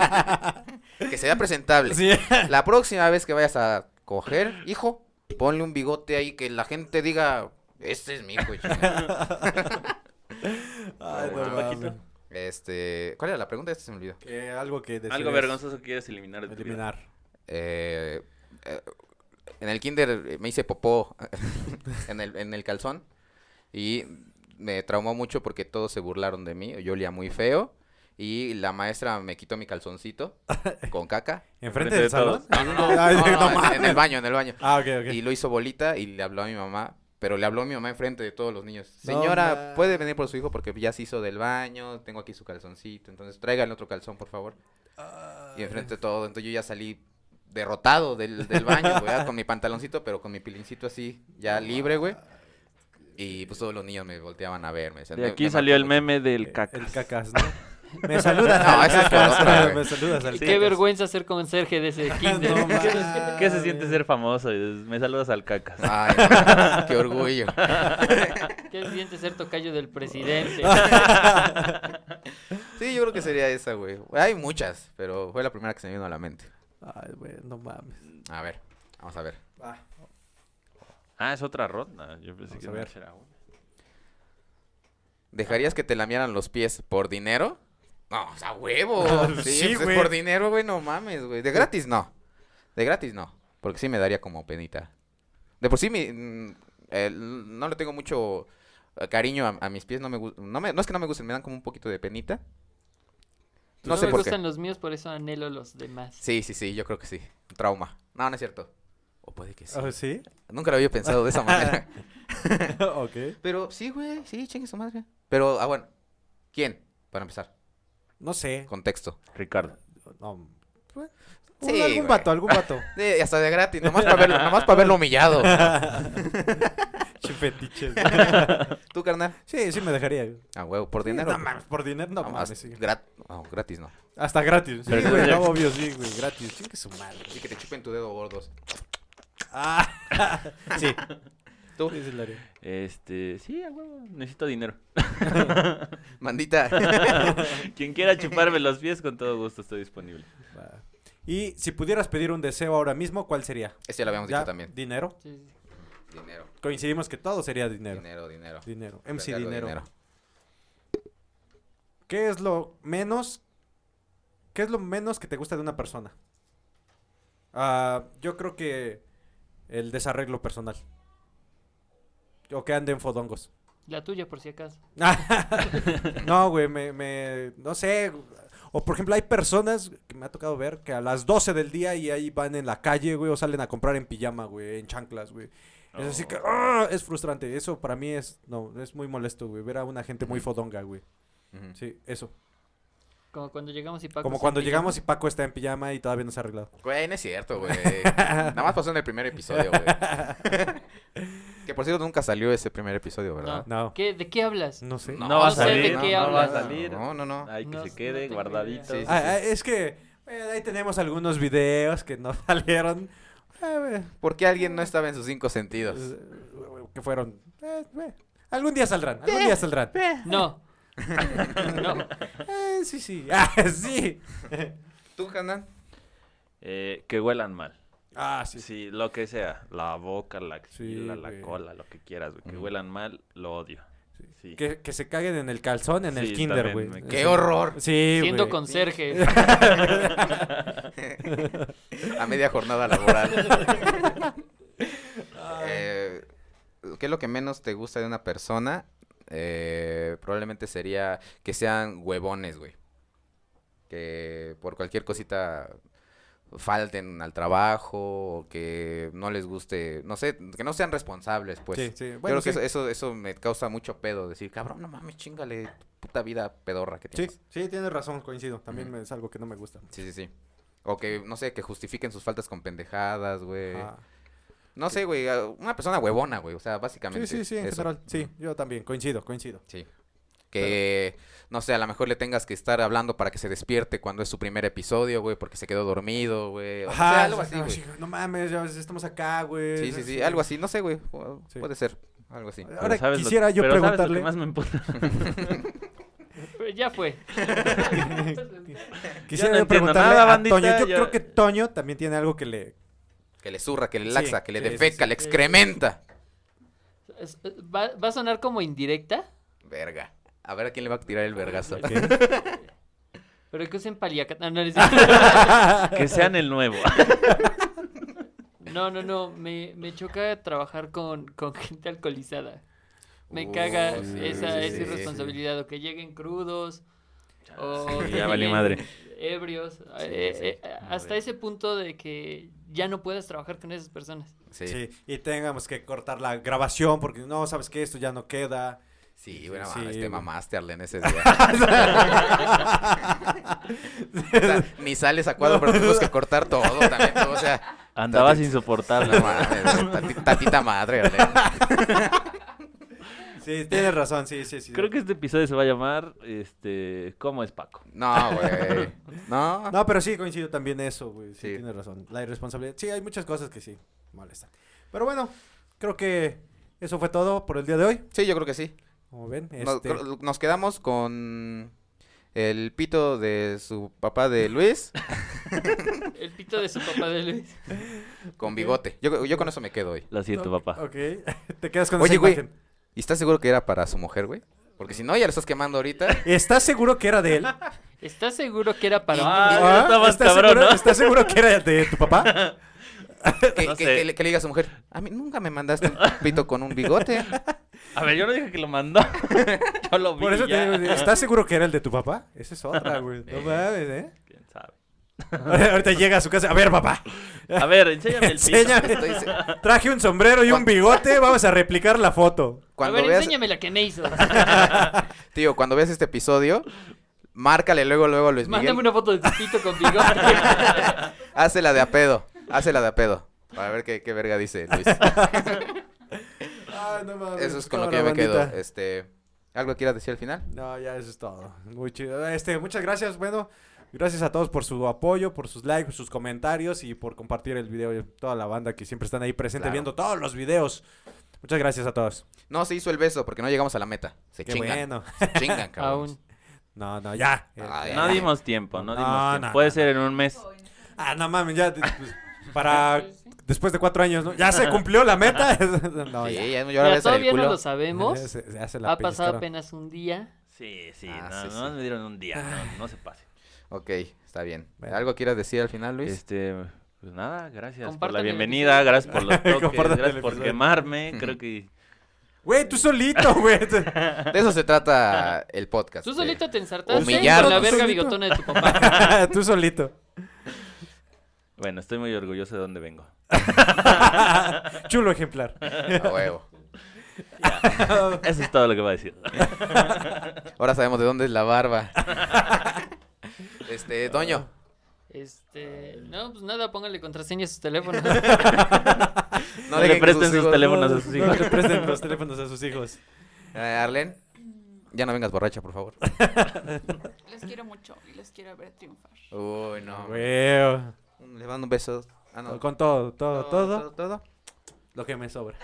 que sea presentable. Sí. La próxima vez que vayas a coger, hijo, ponle un bigote ahí que la gente diga, este es mi hijo. chingada". Ay, no Bueno, mames. Paquito. Este, ¿cuál era la pregunta? Este se me olvidó. Que algo que Algo decides vergonzoso que quieres eliminar de tu vida. eliminar. Eh, eh, en el kinder eh, me hice popó en el, en el calzón y me traumó mucho porque todos se burlaron de mí. Yo olía muy feo y la maestra me quitó mi calzoncito con caca. ¿Enfrente ¿Enfrente del de salón? todos? No, no, no, Ay, no, no no, en- en, mames. el baño, en el baño. Ah, ok, ok. Y lo hizo bolita y le habló a mi mamá, pero le habló a mi mamá enfrente de todos los niños. No Señora, mames. ¿puede venir por su hijo? Porque ya se hizo del baño, tengo aquí su calzoncito, entonces tráigale otro calzón, por favor. Y enfrente de todo, entonces yo ya salí derrotado del, del baño, güey, ya, con mi pantaloncito, pero con mi pilincito así, ya libre, güey. Y pues todos los niños me volteaban a ver. Me decían, De "Me- aquí me salió marcó el mucho". meme del El cacas. cacas, ¿no? Me saludas No, al esa es por cacas. otra, güey. Me saludas al Qué cacas. vergüenza ser conserje de ese kinder. No ¿Qué- mames. ¿Qué se siente ser famoso? Me saludas al cacas. Ay, no, qué orgullo. ¿Qué se siente ser tocayo del presidente? Sí, yo creo que sería esa, güey. Hay muchas, pero fue la primera que se me vino a la mente. Ay, güey, no mames. A ver, vamos a ver. Ah, Ah, es otra ronda. Yo pensé Vamos que a no ver. era una. ¿Dejarías que te lamieran los pies por dinero? No, o sea, huevo. Sí, Sí, pues, es güey. por dinero, güey, no mames, güey. De gratis no. De gratis no. Porque sí me daría como penita. De por sí mi, mm, el- no le tengo mucho eh, cariño a, a mis pies. No me, gu- no me no es que no me gusten, me dan como un poquito de penita. No, No sé me por gustan qué. los míos, por eso anhelo los demás. Sí, sí, sí, yo creo que sí. Un trauma. No, no es cierto. O puede que sí. ¿Oh, sí? Nunca lo había pensado de esa manera. Ok. Pero sí, güey, sí, chingue su madre. Pero, ah, bueno. ¿Quién? Para empezar. No sé. Contexto. Ricardo. No. pues, Sí, algún güey. vato, algún vato. Sí, hasta de gratis, nomás para verlo, nomás para verlo humillado. Chifetiches. ¿Tú, carnal? Sí, sí me dejaría. Ah, huevo, por dinero. No mames, por dinero no Nomás mames. Sí. grat- no, gratis no. Hasta gratis. Sí, Pero güey, entonces- no, obvio, sí, güey, gratis. Chingue su madre. Y que te chupen tu dedo gordos. Ah, sí. ¿Tú? Sí, sí lo haría. Este, sí, a huevo, necesito dinero. Mandita. Quien quiera chuparme los pies, con todo gusto estoy disponible. Va. Y si pudieras pedir un deseo ahora mismo, ¿cuál sería? Ese ya lo habíamos ¿Ya? dicho también. ¿Dinero? Sí, sí. Dinero. Coincidimos que todo sería dinero. Dinero, dinero. Dinero. M C Regalo dinero. ¿Qué es lo menos? ¿Qué es lo menos que te gusta de una persona? Ah, yo creo que el desarreglo personal. O que anden fodongos. La tuya, por si acaso. No, güey, me, me, no sé. O por ejemplo, hay personas que me ha tocado ver que a las doce del día y ahí van en la calle, güey, o salen a comprar en pijama, güey, en chanclas, güey. Es así que, ¡ah! Es frustrante. Eso para mí es, no, es muy molesto, güey, ver a una gente muy fodonga, güey. Ujú. Sí, eso. Como cuando llegamos y Paco. Como se cuando pijama. llegamos y Paco está en pijama y todavía no se ha arreglado. Güey, no es cierto, güey. Nada más pasó en el primer episodio, güey. Que por cierto nunca salió ese primer episodio, ¿verdad? No, ¿Qué, ¿De qué hablas? no sé. No, va a no sé de salir, qué no, va a hablas. salir. No, no, no. Hay que No, se no quede tengo guardadito. idea. Sí, sí. Ah, ah, es que eh, ahí tenemos algunos videos que no salieron. Eh, ¿Por qué alguien no estaba en sus cinco sentidos? eh, que fueron... eh, eh, algún día saldrán, algún día saldrán. No. No. Eh, sí, sí. Ah, sí. ¿Tú, Hanan? Eh, que huelan mal. Ah, sí. Sí, lo que sea. La boca, la axila, Sí, la güey. cola, lo que quieras, güey. Que Ujú. huelan mal, lo odio. Sí. Que, que se caguen en el calzón, en el Sí, kinder, también güey. me- ¡Qué Sí. horror! Sí, Siendo güey. conserje. A media jornada laboral. Eh, ¿Qué es lo que menos te gusta de una persona? Eh, probablemente sería que sean huevones, güey. Que por cualquier cosita falten al trabajo o que no les guste, no sé, que no sean responsables, pues. Sí, sí. Yo Bueno, creo que sí. eso, eso, eso me causa mucho pedo, decir, cabrón, no mames, chingale, tu puta vida pedorra que Sí, tienes. sí, tienes razón, coincido. También Ujú. me- es algo que no me gusta. Sí, sí, sí. O que, no sé, que justifiquen sus faltas con pendejadas, güey. Ah. No sé, güey, a- una persona huevona, güey, o sea, Sí, básicamente sí, sí, en eso. general. Sí, yo también, coincido, coincido. Sí. Que, no sé, a lo mejor le tengas que estar hablando para que se despierte cuando es su primer episodio, güey, porque se quedó dormido, güey. O Ajá, sea, algo o así, sea, güey. sí, no mames, ya estamos acá, güey. Sí, sí, sí, algo así, no sé, güey, pu- Sí. puede ser, algo así. Pero Ahora ¿sabes lo- quisiera yo pero ¿sabes lo preguntarle. que más me emputa? Pero ya fue. Quisiera no yo entiendo preguntarle nada, a bandita, Toño. Yo yo- creo que Toño también tiene algo que le. Que le zurra, que le Sí, laxa, que le sí, sí, defeca, sí. le excrementa. Es- ¿Va, va a sonar como indirecta? Verga. A ver a quién le va a tirar el vergazo. Pero que usen paliacate. No, no, es- Que sean el nuevo. no, no, no. Me, me choca trabajar con, con gente alcoholizada. Me Uh, caga sí, esa, sí, esa sí, irresponsabilidad. O que lleguen crudos. O Sí, que ya valí lleguen madre. Ebrios. Sí, eh, sí, eh, sí. hasta ese punto de que ya no puedes trabajar con esas personas. Sí, Sí, y tengamos que cortar la grabación porque no, sabes que esto ya no queda. sí, bueno, Sí, mames, te güey. mamaste, Arlen, ese día. O sea, ni sales a cuadro, pero tuvimos que cortar todo también, todo, o sea, Andabas Tati- insoportable. no mames, tati- tatita madre, Arlen. Sí, tienes razón, sí, sí, sí. Creo que este episodio se va a llamar, este, ¿cómo es Paco? No, güey, no. No, pero sí coincido también eso, güey. Sí, Sí. tienes razón. La irresponsabilidad. Sí, hay muchas cosas que sí molestan. Pero bueno, creo que eso fue todo por el día de hoy. Sí, yo creo que sí. Como ven, Nos, este... cr- nos quedamos con el pito de su papá de Luis El pito de su papá de Luis. con bigote. Yo, yo con eso me quedo hoy. Lo siento, Ok, papá. Ok, te quedas con Oye, esa güey. imagen. ¿Y estás seguro que era para su mujer, güey? Porque si no, ya lo estás quemando ahorita. ¿Estás seguro que era de él? ¿Estás seguro que era para Ah, un ya está más ¿Estás cabrón, seguro, ¿no? ¿Estás seguro que era de tu papá? Que, No que- sé. que le, que le diga a su mujer, a mí nunca me mandaste un pito con un bigote. A ver, yo no dije que lo mandó. Yo lo vi. Por eso te ya. digo, ¿estás seguro que era el de tu papá? Esa es otra, güey. No Eh. mames, ¿eh? ¿Quién sabe? Ahorita llega a su casa. A ver, papá. A ver, enséñame el pito. Enséñame. Estoy se- Traje un sombrero y un bigote. Vamos a replicar la foto. A Cuando ver, veas, enséñame la que me hizo. tío, cuando veas este episodio, márcale luego, luego a Luis Mándame Miguel. una foto de tu pito con bigote. Hácela de a pedo, hácela de a pedo. Para ver qué, qué verga dice Luis. Ay, no mames. Eso es con lo que cámara, yo me quedo. bandita. Este, ¿algo quieras decir al final? No, ya eso es todo. Muy chido. Este, muchas gracias. Bueno, gracias a todos por su apoyo, por sus likes, sus comentarios y por compartir el video. Y toda la banda que siempre están ahí presente Claro. viendo todos los videos. Muchas gracias a todos. No se hizo el beso porque no llegamos a la meta. Se Qué chingan. bueno. Se chingan, cabrón. Aún. No, no, ya. Ah, ya. No dimos tiempo, no dimos No, tiempo. no, Puede no, ser en un mes. Ah, no mames, ya. pues, para después de cuatro años, ¿no? Ya se cumplió la meta. No, Sí, ya. ya, yo ahora Mira, ves el todavía no culo. lo sabemos. Ya se- ya se la Ha pasado pellizcaron. apenas un día. Sí, sí, Ah, no, sí, no sí. me dieron un día, no, no se pase. Ok, está bien. Bueno. ¿Algo quieras decir al final, Luis? Este, pues nada, gracias por Compartan la el bienvenida, episodio. gracias por los toques, Compartan el gracias por episodio. quemarme, creo que... Güey, tú solito, güey. De eso se trata el podcast. Tú de- solito te ensartaste humillarnos. con la Tú verga solito. bigotona de tu papá. Tú solito. Bueno, estoy muy orgulloso de dónde vengo. Chulo ejemplar. A huevo. Eso es todo lo que voy a decir. Ahora sabemos de dónde es la barba. Este, Toño. Este, no, pues nada, póngale contraseña a sus teléfonos. No le dejen que presten sus hijos- teléfonos a sus No hijos. le presten los teléfonos a sus hijos. Eh, Arlen, ya no vengas borracha, por favor. Les quiero mucho y les quiero ver triunfar. Uy, no. Güey. Le mando un beso Ah, no. Con todo, todo, todo, todo, todo. lo que me sobra.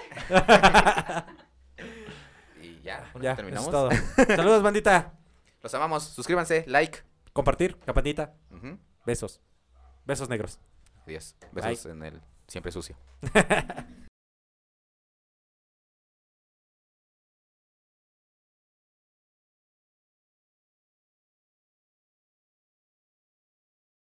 Y ya, con Ya, eso terminamos. eso es todo. Saludos, bandita. Los amamos. Suscríbanse, like. Compartir, campanita, Ujú. besos. Besos negros. Adiós. Besos en el siempre sucio.